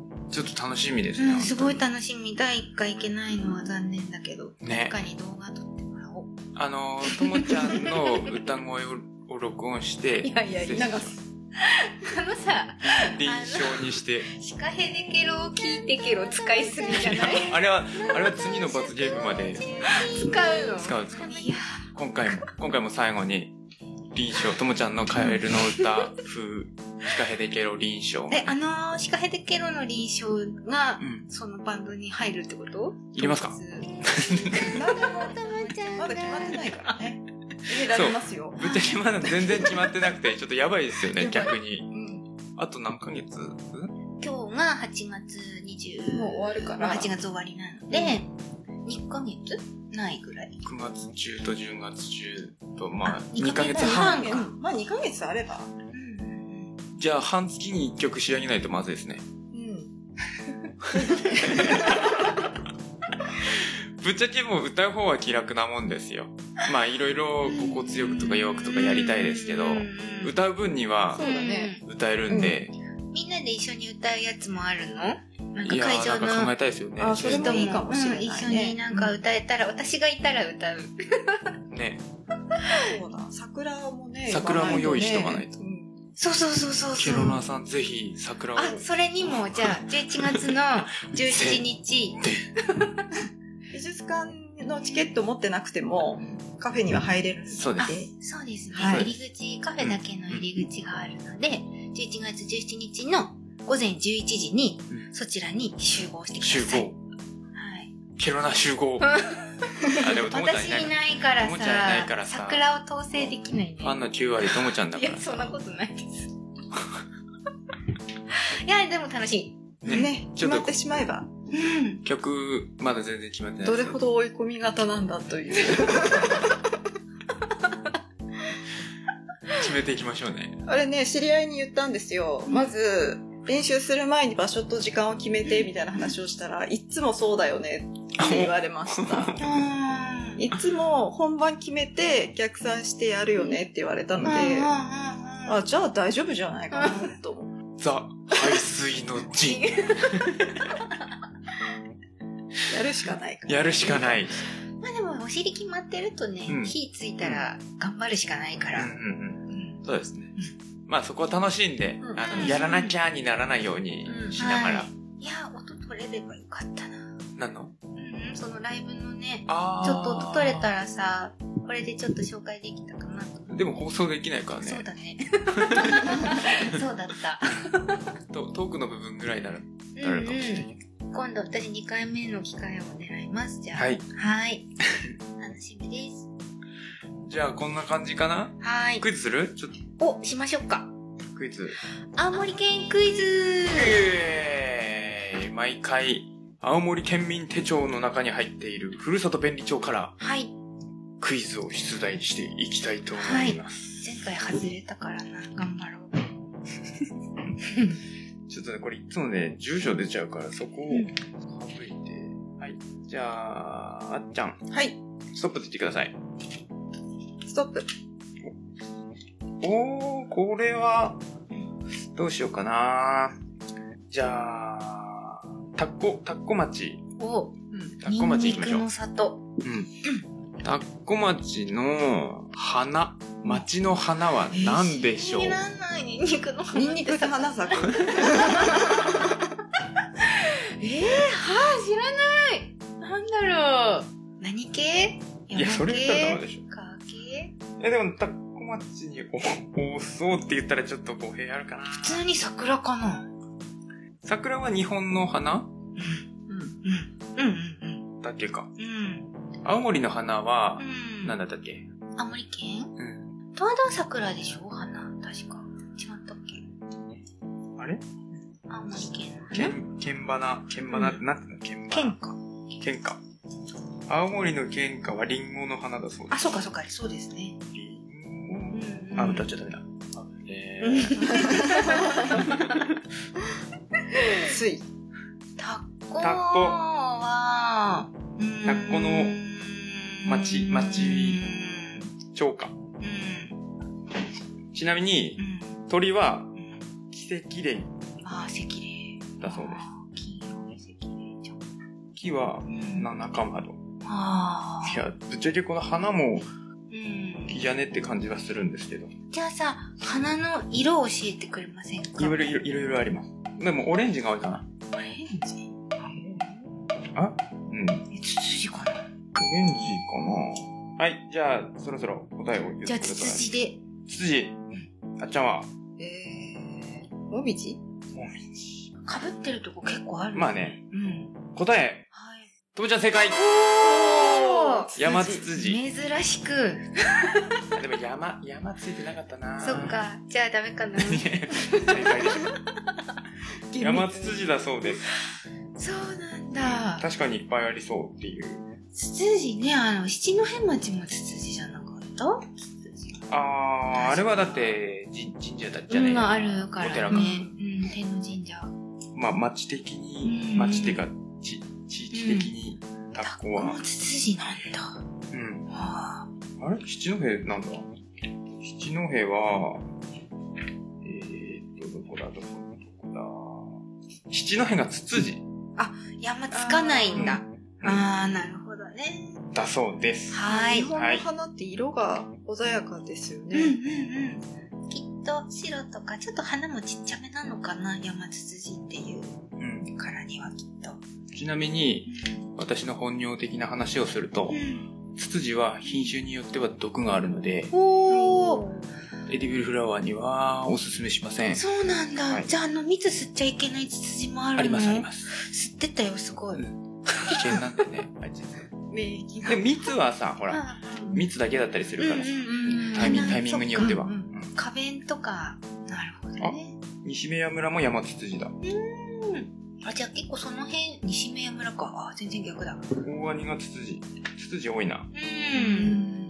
Speaker 2: ちょっと楽しみですね。
Speaker 1: すごい楽しみ。だいいっかい行けないのは残念だけど。ね。他に動画撮ってもらおう。
Speaker 2: あの、ともちゃんの歌声を録音して、
Speaker 3: いやいや、流す。
Speaker 1: あのさ、
Speaker 2: 臨床にして。
Speaker 1: シカヘデケロを聞いてケロ使いすぎじゃない？
Speaker 2: あれは、あれは次の罰ゲームまで。
Speaker 1: 使うの？
Speaker 2: 使う使う。いや今回も、今回も最後に、臨床、ともちゃんのカエルの歌風、シカヘデケロ臨床。
Speaker 1: え、あのー、シカヘデケロの臨床が、うん、そのバンドに入るってこと？
Speaker 2: いりますか？
Speaker 3: まだまだ決まってないからね。入れられますよ。
Speaker 2: ぶっちゃけまだ全然決まってなくて、ちょっとやばいですよね、逆に。うん、あと何ヶ月？
Speaker 1: 今日がはちがつにじゅう、
Speaker 3: もう終わるから。
Speaker 1: はちがつ終わりなので、うん、にかげつないぐらい。
Speaker 2: くがつ中とじゅうがつ中と、まあ、にかげつはんか。
Speaker 3: まあにかげつあれば。
Speaker 2: うん、じゃあ、半月にいっきょく仕上げないとまずいですね。うん。 ぶっちゃけもう歌う方は気楽なもんですよ。まあいろいろ心地よくとか弱くとかやりたいですけど、歌う分には歌えるんで、
Speaker 1: うん、みんなで一緒に歌うやつもあるの？なんか
Speaker 2: いや
Speaker 1: 会場の
Speaker 2: なんか考えたいですよね。
Speaker 3: あ、それもいいかもしれないね、
Speaker 1: うん、一緒になんか歌えたら、うん、私がいたら歌う
Speaker 2: ね。
Speaker 3: そうだ、桜もね、
Speaker 2: 桜も用意しとかないと。
Speaker 1: そうそうそうそう
Speaker 2: ケロナさんぜひ桜を。
Speaker 1: あ、それにもじゃあじゅういちがつのじゅうしちにち
Speaker 3: 美術館のチケット持ってなくてもカフェには入れるんで。
Speaker 2: そうです。
Speaker 1: そうですね、
Speaker 3: はい、
Speaker 1: 入り口、カフェだけの入り口があるので、じゅういちがつじゅうしちにちのごぜんじゅういちじにそちらに集合してください。
Speaker 2: 集合。はい。ケロナ集合。あ、でもともちゃんいない。
Speaker 1: 私いないからさ、
Speaker 2: ともちゃんいないからさ、
Speaker 1: 桜を統制できないね。
Speaker 2: ファンのきゅうわりともちゃんだからさ。
Speaker 1: いや、そんなことないです。いや、でも楽し
Speaker 3: い。ね、ね、決まってしまえば。
Speaker 1: うん。
Speaker 2: 曲、まだ全然決まってない。
Speaker 3: どれほど追い込み型なんだという。
Speaker 2: 決めていきましょうね。
Speaker 3: あれね、知り合いに言ったんですよ。まず、練習する前に場所と時間を決めてみたいな話をしたら、いつもそうだよねって言われました。いつも本番決めて逆算してやるよねって言われたので、あ、じゃあ大丈夫じゃないかなと思う。
Speaker 2: ザ・排水の陣。
Speaker 3: やるしかないから。
Speaker 2: やるしかない。
Speaker 1: まあでもお尻決まってるとね、うん、火ついたら頑張るしかないから。うんうん
Speaker 2: うん、そうですね。まあそこは楽しんで、うん、あのやらなきゃにならないようにしながら。
Speaker 1: うんはい、いや、音取れればよかったな。
Speaker 2: 何の？
Speaker 1: うん、そのライブのね、ちょっと音取れたらさ、これでちょっと紹介できたかなと。
Speaker 2: でも放送できないからね。
Speaker 1: そうだね。そうだった。
Speaker 2: トークの部分ぐらいならなるかもしれないけど。
Speaker 1: うんうん、今度私にかいめの機会を狙います。じゃあ。
Speaker 2: はい。
Speaker 1: はい。楽しみです。
Speaker 2: じゃあこんな感じかな？
Speaker 1: はい。
Speaker 2: クイズする？ちょっ
Speaker 1: と。お、しましょうか。
Speaker 2: クイズ。
Speaker 1: 青森県クイズ。
Speaker 2: えー、毎回青森県民手帳の中に入っているふるさと便利帳から。
Speaker 1: はい。
Speaker 2: クイズを出題していきたいと思います。
Speaker 1: はい、前回外れたからな、頑張ろう。
Speaker 2: ちょっとね、これいつもね、住所出ちゃうから、そこを省いて、うん。はい。じゃあ、あっちゃん。
Speaker 3: はい。
Speaker 2: ストップって言ってください。
Speaker 3: ストップ。
Speaker 2: おー、これは、どうしようかな。じゃあ、タッコ、タッコ町。
Speaker 1: お、
Speaker 2: うん、タッコ町行きましょう。
Speaker 1: ニンニクの里。
Speaker 2: うん。タッコ町の花、町の花は何でしょう？
Speaker 1: 知らない、ニンニクの花。
Speaker 3: ニンニクって花咲く。えー、は
Speaker 1: ぁ、知らない。なんだろう。何系？
Speaker 2: いや、それ言ったらダメでしょ。
Speaker 1: カ系？
Speaker 2: いや、でも、タッコ町におそうって言ったらちょっと語弊あるかな。
Speaker 1: 普通に桜かな？
Speaker 2: 桜は日本の花？うん。
Speaker 1: うん。うんうんうん。
Speaker 2: だけか。
Speaker 1: うん。
Speaker 2: 青森の花は、
Speaker 1: うん、
Speaker 2: 何だったっけ？
Speaker 1: 青森県？
Speaker 2: うん。
Speaker 1: 十和田桜でしょ花。確か。違ったっけ？
Speaker 2: あれ？
Speaker 1: 青森県の
Speaker 2: 花？剣花、剣花ってなんていうの？剣花。
Speaker 1: 剣花。
Speaker 2: 剣花。青森の剣花はリンゴの花だそうです。
Speaker 1: あ、そうかそうか、そうですね。
Speaker 2: リンゴ、うんうん、あ、歌っちゃダメだ。え
Speaker 3: ー。つい。
Speaker 1: タッコは、
Speaker 2: タッコの町、町、町歌。ちなみに、うん、鳥は、キセキレイ。
Speaker 1: ああ、セキレイ。
Speaker 2: だそうです。
Speaker 1: 黄色いセキレイちゃん。
Speaker 2: 木は、七かまど。
Speaker 1: ああ。
Speaker 2: いや、ぶっちゃけこの花も、木じゃねって感じはするんですけど。
Speaker 1: じゃあさ、花の色を教えてくれませんか？
Speaker 2: いろいろ、いろいろあります。でも、オレンジが多いかな。
Speaker 1: オレンジ？
Speaker 2: あ？うん。
Speaker 1: え、ツツジかな？
Speaker 2: オレンジかな？はい、じゃあ、そろそろ答えを言ってください。
Speaker 1: じゃあ、ツツジで。
Speaker 2: ツツジ。あっちゃんは？
Speaker 3: えー、もみじ？
Speaker 2: もみじ。
Speaker 1: かぶってるとこ結構ある。
Speaker 2: まあね。
Speaker 1: うん。
Speaker 2: 答え。
Speaker 1: はい。
Speaker 2: ともちゃん正解。
Speaker 1: おー！
Speaker 2: 山ツツジ。
Speaker 1: 珍しく。
Speaker 2: でも山、山ついてなかったな。
Speaker 1: そっか。じゃあダメかな。
Speaker 2: 正解でしょ。山ツツジだそうです。
Speaker 1: そうなんだ。
Speaker 2: 確かにいっぱいありそうっていう。
Speaker 1: ツツジね、あの、七戸町もツツジじゃなかった？
Speaker 2: あー、あれはだって、神社だっちゃね。
Speaker 1: うん、あるからね。
Speaker 2: お寺か。
Speaker 1: うん、天王神社。
Speaker 2: まあ、町的に、町っていうか、地、地域的にタコは。
Speaker 1: タコもツツジなんだ。
Speaker 2: うん。
Speaker 1: はあ、
Speaker 2: あれ七戸なんだ。七戸は、えーっと、どこだ、どこだ、どこだ。七戸がツツジ。
Speaker 1: あ、山つかないんだ。
Speaker 2: うん、
Speaker 1: ああ、なるほどね。
Speaker 2: だそうです。
Speaker 1: はい。
Speaker 3: 日本の花って色が鮮やかですよね。
Speaker 1: うんうんうん。きっと白とか、ちょっと花もちっちゃめなのかな、山ツツジっていうからにはきっと。
Speaker 2: ちなみに、私の本業的な話をすると、
Speaker 1: うん、
Speaker 2: ツツジは品種によっては毒があるので、
Speaker 1: おー、
Speaker 2: エディブルフラワーにはおすすめしません。
Speaker 1: そうなんだ。
Speaker 2: はい、
Speaker 1: じゃあ、あの、蜜吸っちゃいけないツツジもあるの？
Speaker 2: ありますあります。
Speaker 1: 吸ってたよ、すごい。
Speaker 2: うん、危険なんでね、あいつ。
Speaker 3: 免疫が。
Speaker 2: でも蜜はさ、ほら、蜜だけだったりするからさ、
Speaker 1: うんうんうん、
Speaker 2: タイミング、タイミングによっては。
Speaker 3: うんうん
Speaker 2: うん、
Speaker 1: 花弁とか、なるほどね。
Speaker 2: 西目屋村も山ツツジだ。
Speaker 1: うん。あ、じゃあ結構その辺、西目屋村か。あ、全然逆だ。
Speaker 2: 大ワニがツツジ。ツツジ多いな。
Speaker 1: うん。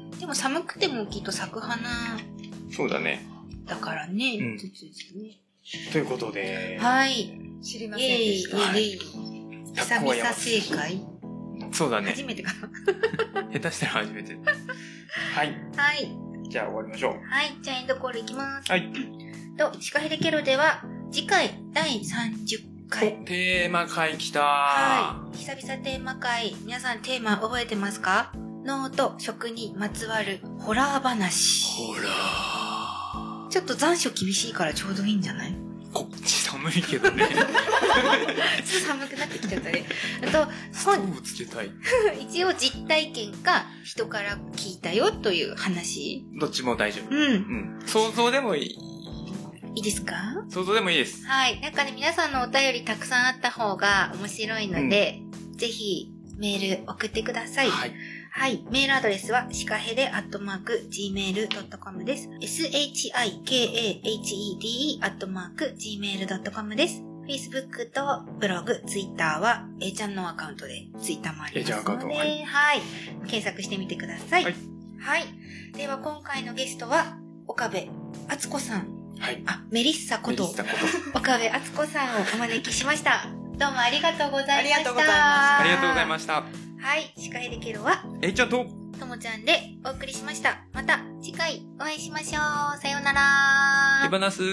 Speaker 1: でも寒くてもきっと咲く花
Speaker 2: そうだね。
Speaker 1: だからね、
Speaker 2: うん、
Speaker 1: ツツジね。
Speaker 2: ということで。
Speaker 1: はい。
Speaker 3: 知りませんでした。
Speaker 1: イエイイエイ。久々正解。
Speaker 2: そうだね。
Speaker 1: 初めてかな。
Speaker 2: 下手したら初めて。はい。
Speaker 1: はい。
Speaker 2: じゃあ終わりましょう。
Speaker 1: はい。じゃあエンドコールいきます。
Speaker 2: はい。
Speaker 1: と、シカヘデケロでは、次回だいさんじゅっかい。
Speaker 2: テーマ会来たー。
Speaker 1: はい。久々テーマ会。皆さんテーマ覚えてますか？脳と食にまつわるホラー話。
Speaker 2: ホラー。
Speaker 1: ちょっと残暑厳しいからちょうどいいんじゃない？
Speaker 2: こっち寒いけどね。ちょっ
Speaker 1: と寒くなってきちゃったね。あと、
Speaker 2: ストーブつけたい。
Speaker 1: 一応実体験か人から聞いたよという話。
Speaker 2: どっちも大丈夫。
Speaker 1: うん。
Speaker 2: うん。想像でもいい。
Speaker 1: いいですか？
Speaker 2: 想像でもいいです。
Speaker 1: はい。なんかね、皆さんのお便りたくさんあった方が面白いので、うん、ぜひメール送ってください。はい。はい。メールアドレスは、シカヘデアットマーク、ジーメールドットコム です。シカヘデ アットマーク、ジーメールドットコム です。Facebook とブログ、Twitter は、A ちゃんのアカウントで、Twitter もありますので、
Speaker 2: A ちゃんアカウント、
Speaker 1: はい、はい。検索してみてください。はい。はい。では、今回のゲストは、岡部敦子さん。
Speaker 2: はい。
Speaker 1: あ、メリッサこと、
Speaker 2: メリッサこと
Speaker 1: 岡部敦子さんをお招きしました。どうもありがとうございました。あり
Speaker 3: がとうございました。
Speaker 2: ありがとうございました。
Speaker 1: はい。シカヘデケロは、
Speaker 2: えいちゃんと、
Speaker 1: ともちゃんでお送りしました。また次回お会いしましょう。さようなら。
Speaker 2: 手放す。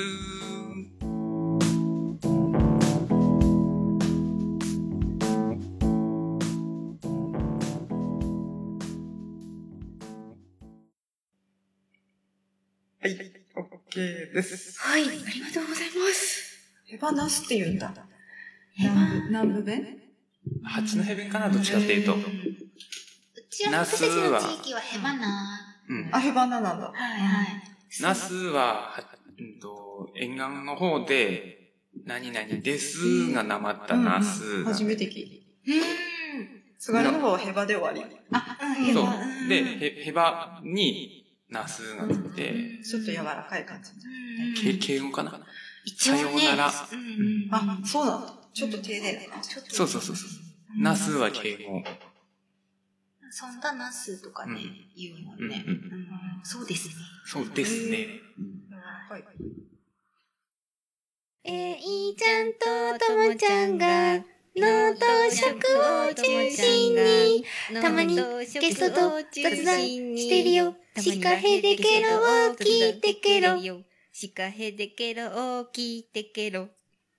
Speaker 2: はい、オッケーです。
Speaker 1: はい、ありがとうございます。
Speaker 3: 手放すって言うんだ。南部、南部弁？
Speaker 2: 八戸弁かな、どっちかっていうと。
Speaker 1: うちらの私たちの地域はヘバナ。
Speaker 3: うん。あ、ヘバナなんだ。
Speaker 1: はいはい。
Speaker 2: ナスは、うんと、沿岸の方で、何々ですがなまったナス。
Speaker 3: 初めて聞いた。
Speaker 1: うん。
Speaker 3: 津軽の方はヘバで終わり。
Speaker 1: あ、
Speaker 2: ヘバ。そう。で、ヘバにナスがつって、
Speaker 3: ちょっと柔らかい感
Speaker 2: じ。敬語かな。
Speaker 1: 一応ね。
Speaker 2: さようなら。
Speaker 3: あ、そうなんだ。ちょっと丁寧な。
Speaker 2: そうそうそうそう。ナスは敬語。
Speaker 1: そんなナスとかね、言うもんね。そうですね。
Speaker 2: そうですね。
Speaker 3: はい。
Speaker 1: えいちゃんとともちゃんが、脳と食を中心に、たまにゲストと雑談してるよ。シカヘデケロを聞いてケロ。シカヘデケロを聞いてケロ。